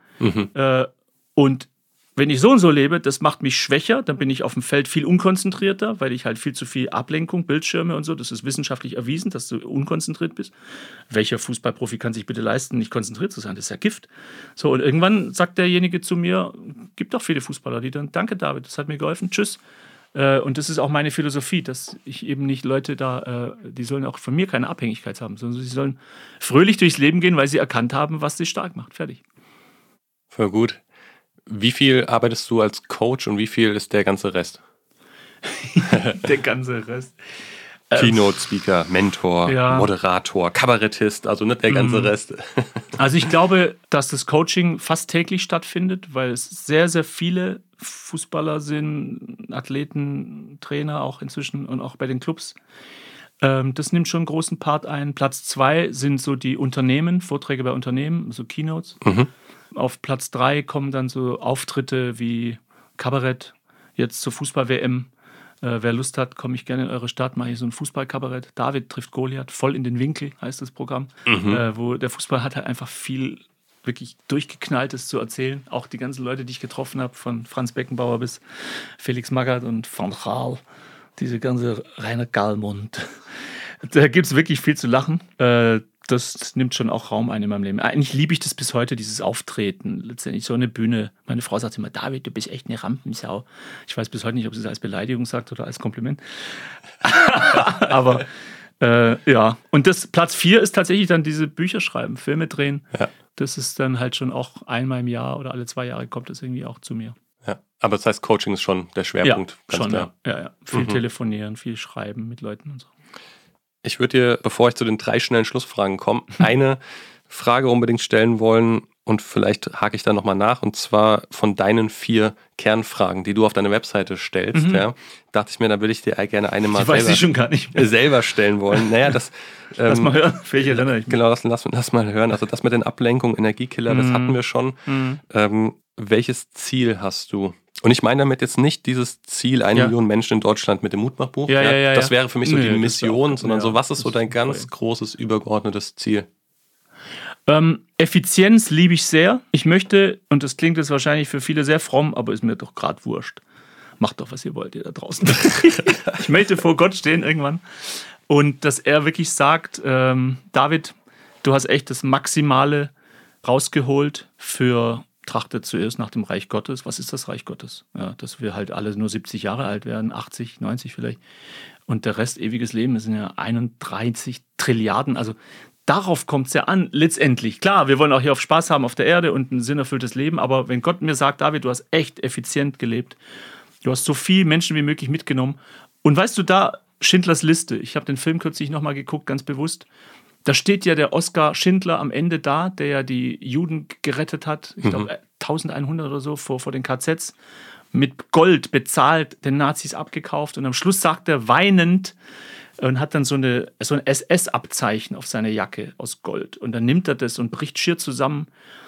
Und wenn ich so und so lebe, das macht mich schwächer, dann bin ich auf dem Feld viel unkonzentrierter, weil ich halt viel zu viel Ablenkung, Bildschirme und so, das ist wissenschaftlich erwiesen, dass du unkonzentriert bist. Welcher Fußballprofi kann sich bitte leisten, nicht konzentriert zu sein? Das ist ja Gift. So, und irgendwann sagt derjenige zu mir, gibt auch viele Fußballer, die dann, danke David, das hat mir geholfen, tschüss. Und das ist auch meine Philosophie, dass ich eben nicht Leute da, die sollen auch von mir keine Abhängigkeit haben, sondern sie sollen fröhlich durchs Leben gehen, weil sie erkannt haben, was sie stark macht. Fertig. Voll gut. Wie viel arbeitest du als Coach und wie viel ist der ganze Rest? Der ganze Rest. Keynote-Speaker, Mentor, Moderator, Kabarettist, also nicht der ganze Rest. Also ich glaube, dass das Coaching fast täglich stattfindet, weil es sehr, sehr viele Fußballer sind, Athleten, Trainer auch inzwischen und auch bei den Clubs. Das nimmt schon einen großen Part ein. Platz 2 sind so die Unternehmen, Vorträge bei Unternehmen, so Keynotes. Auf Platz 3 kommen dann so Auftritte wie Kabarett, jetzt zur Fußball-WM. Wer Lust hat, komme ich gerne in eure Stadt, mache hier so ein Fußballkabarett. David trifft Goliath, voll in den Winkel heißt das Programm. Wo der Fußball hat halt einfach viel wirklich Durchgeknalltes zu erzählen. Auch die ganzen Leute, die ich getroffen habe, von Franz Beckenbauer bis Felix Magath und Van Gaal, diese ganze Rainer Gallmund. Da gibt es wirklich viel zu lachen. Das nimmt schon auch Raum ein in meinem Leben. Eigentlich liebe ich das bis heute, dieses Auftreten. Letztendlich so eine Bühne. Meine Frau sagt immer, David, du bist echt eine Rampensau. Ich weiß bis heute nicht, ob sie es als Beleidigung sagt oder als Kompliment. Aber ja. Und das Platz 4 ist tatsächlich dann diese Bücher schreiben, Filme drehen. Ja. Das ist dann halt schon auch einmal im Jahr oder alle 2 Jahre kommt das irgendwie auch zu mir. Ja. Aber das heißt, Coaching ist schon der Schwerpunkt. Ja, schon, klar. Ja. Viel telefonieren, viel schreiben mit Leuten und so. Ich würde dir, bevor ich zu den 3 schnellen Schlussfragen komme, eine Frage unbedingt stellen wollen und vielleicht hake ich da nochmal nach, und zwar von deinen 4 Kernfragen, die du auf deiner Webseite stellst. Ja, dachte ich mir, da würde ich dir gerne eine mal selber stellen wollen. Naja, das lass mal hören, vielleicht erinnere ich mich. Genau, lass mal hören. Also das mit den Ablenkungen, Energiekiller, das hatten wir schon. Welches Ziel hast du? Und ich meine damit jetzt nicht dieses Ziel, 1 Million Menschen in Deutschland mit dem Mutmachbuch. Das wäre für mich so die Mission, sondern so, was ist so dein ganz großes, übergeordnetes Ziel? Effizienz liebe ich sehr. Ich möchte, und das klingt jetzt wahrscheinlich für viele sehr fromm, aber ist mir doch gerade wurscht. Macht doch, was ihr wollt, ihr da draußen. Ich möchte vor Gott stehen irgendwann. Und dass er wirklich sagt, David, du hast echt das Maximale rausgeholt für... Trachte zuerst nach dem Reich Gottes. Was ist das Reich Gottes? Ja, dass wir halt alle nur 70 Jahre alt werden, 80, 90 vielleicht. Und der Rest ewiges Leben, das sind ja 31 Trilliarden. Also darauf kommt es ja an, letztendlich. Klar, wir wollen auch hier auf Spaß haben auf der Erde und ein sinnerfülltes Leben. Aber wenn Gott mir sagt, David, du hast echt effizient gelebt. Du hast so viele Menschen wie möglich mitgenommen. Und weißt du, da Schindlers Liste. Ich habe den Film kürzlich nochmal geguckt, ganz bewusst. Da steht ja der Oskar Schindler am Ende da, der ja die Juden gerettet hat, ich glaube 1100 oder so vor den KZs, mit Gold bezahlt, den Nazis abgekauft, und am Schluss sagt er weinend und hat dann so ein SS-Abzeichen auf seiner Jacke aus Gold, und dann nimmt er das und bricht schier zusammen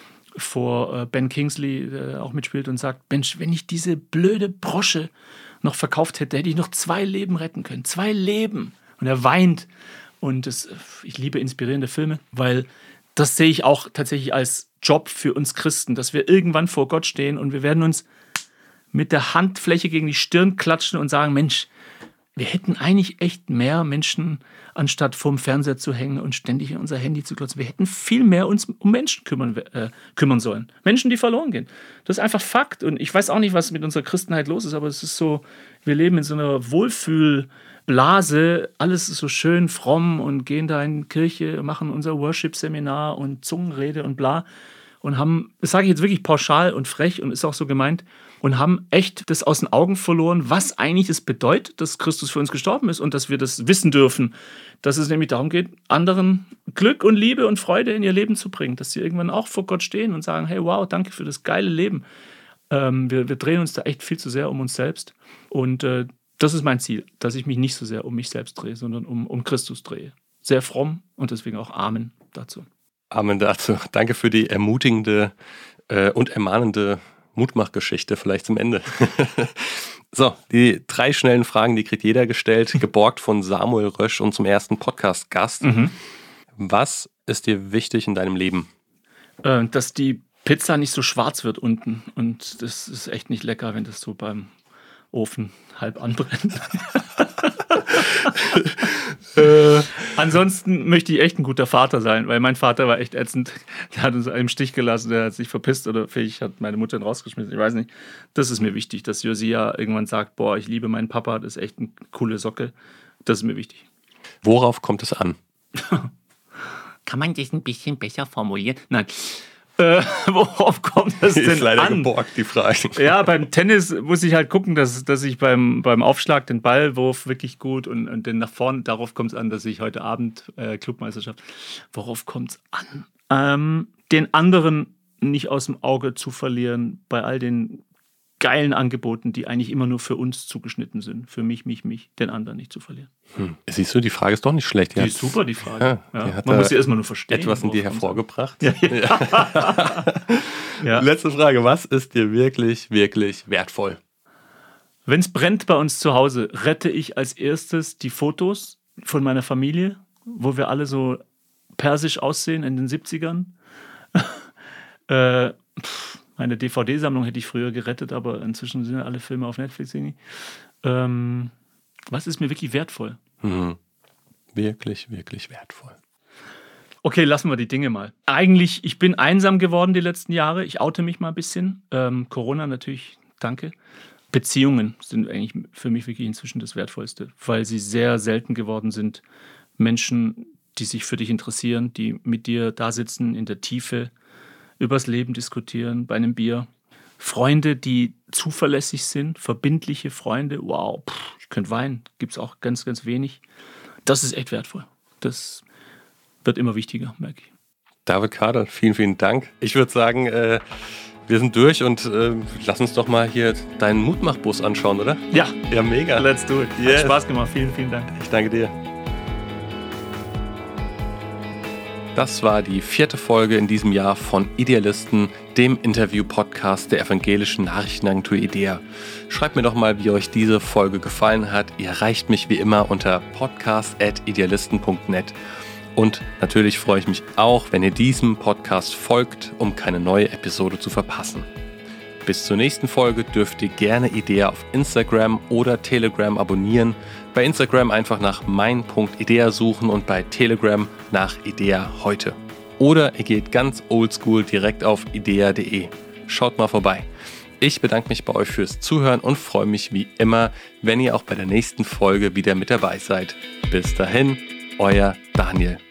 vor Ben Kingsley, der auch mitspielt, und sagt, Mensch, wenn ich diese blöde Brosche noch verkauft hätte, hätte ich noch 2 Leben retten können, 2 Leben, und er weint. Und ich liebe inspirierende Filme, weil das sehe ich auch tatsächlich als Job für uns Christen, dass wir irgendwann vor Gott stehen und wir werden uns mit der Handfläche gegen die Stirn klatschen und sagen, Mensch, wir hätten eigentlich echt mehr Menschen, anstatt vorm Fernseher zu hängen und ständig in unser Handy zu klotzen. Wir hätten viel mehr uns um Menschen kümmern sollen. Menschen, die verloren gehen. Das ist einfach Fakt. Und ich weiß auch nicht, was mit unserer Christenheit los ist, aber es ist so, wir leben in so einer Wohlfühlblase. Alles ist so schön fromm und gehen da in die Kirche, machen unser Worship-Seminar und Zungenrede und bla. Und haben, das sage ich jetzt wirklich pauschal und frech und ist auch so gemeint, und haben echt das aus den Augen verloren, was eigentlich es bedeutet, dass Christus für uns gestorben ist und dass wir das wissen dürfen, dass es nämlich darum geht, anderen Glück und Liebe und Freude in ihr Leben zu bringen, dass sie irgendwann auch vor Gott stehen und sagen, hey, wow, danke für das geile Leben. Wir drehen uns da echt viel zu sehr um uns selbst, und das ist mein Ziel, dass ich mich nicht so sehr um mich selbst drehe, sondern um Christus drehe. Sehr fromm, und deswegen auch Amen dazu. Amen dazu. Danke für die ermutigende und ermahnende Mutmachgeschichte vielleicht zum Ende. So, die 3 schnellen Fragen, die kriegt jeder gestellt, geborgt von Samuel Rösch und zum ersten Podcast-Gast. Was ist dir wichtig in deinem Leben? Dass die Pizza nicht so schwarz wird unten, und das ist echt nicht lecker, wenn das so beim Ofen halb anbrennt. Ansonsten möchte ich echt ein guter Vater sein, weil mein Vater war echt ätzend. Der hat uns im Stich gelassen, der hat sich verpisst, oder vielleicht hat meine Mutter ihn rausgeschmissen, ich weiß nicht. Das ist mir wichtig, dass Josia irgendwann sagt, boah, ich liebe meinen Papa, das ist echt eine coole Socke. Das ist mir wichtig. Worauf kommt es an? Kann man das ein bisschen besser formulieren? Nein. Worauf kommt das denn ist leider an? geborgt, die Frage. Ja, beim Tennis muss ich halt gucken, dass ich beim Aufschlag den Ballwurf wirklich gut und den nach vorne, darauf kommt es an, dass ich heute Abend Clubmeisterschaft. Worauf kommt es an? Den anderen nicht aus dem Auge zu verlieren bei all den geilen Angeboten, die eigentlich immer nur für uns zugeschnitten sind. Für mich, den anderen nicht zu verlieren. Siehst du, die Frage ist doch nicht schlecht. Die ist super, die Frage. Ja, Man muss sie erstmal nur verstehen. Etwas in dir hervorgebracht. Ja. Letzte Frage, was ist dir wirklich, wirklich wertvoll? Wenn es brennt bei uns zu Hause, rette ich als erstes die Fotos von meiner Familie, wo wir alle so persisch aussehen in den 70ern. Meine DVD-Sammlung hätte ich früher gerettet, aber inzwischen sind alle Filme auf Netflix irgendwie. Was ist mir wirklich wertvoll? Wirklich, wirklich wertvoll. Okay, lassen wir die Dinge mal. Eigentlich, ich bin einsam geworden die letzten Jahre. Ich oute mich mal ein bisschen. Corona natürlich, danke. Beziehungen sind eigentlich für mich wirklich inzwischen das Wertvollste, weil sie sehr selten geworden sind. Menschen, die sich für dich interessieren, die mit dir da sitzen in der Tiefe, übers Leben diskutieren, bei einem Bier. Freunde, die zuverlässig sind, verbindliche Freunde. Wow, ich könnte weinen. Gibt es auch ganz, ganz wenig. Das ist echt wertvoll. Das wird immer wichtiger, merke ich. David Kader, vielen, vielen Dank. Ich würde sagen, wir sind durch und lass uns doch mal hier deinen Mutmachbus anschauen, oder? Ja. Ja, mega. Let's do it. Yes. Hat Spaß gemacht. Vielen, vielen Dank. Ich danke dir. Das war die 4. Folge in diesem Jahr von Idealisten, dem Interview-Podcast der evangelischen Nachrichtenagentur IDEA. Schreibt mir doch mal, wie euch diese Folge gefallen hat. Ihr erreicht mich wie immer unter podcast@idealisten.net. Und natürlich freue ich mich auch, wenn ihr diesem Podcast folgt, um keine neue Episode zu verpassen. Bis zur nächsten Folge dürft ihr gerne IDEA auf Instagram oder Telegram abonnieren. Bei Instagram einfach nach mein.idea suchen und bei Telegram nach IDEA heute. Oder ihr geht ganz oldschool direkt auf idea.de. Schaut mal vorbei. Ich bedanke mich bei euch fürs Zuhören und freue mich wie immer, wenn ihr auch bei der nächsten Folge wieder mit dabei seid. Bis dahin, euer Daniel.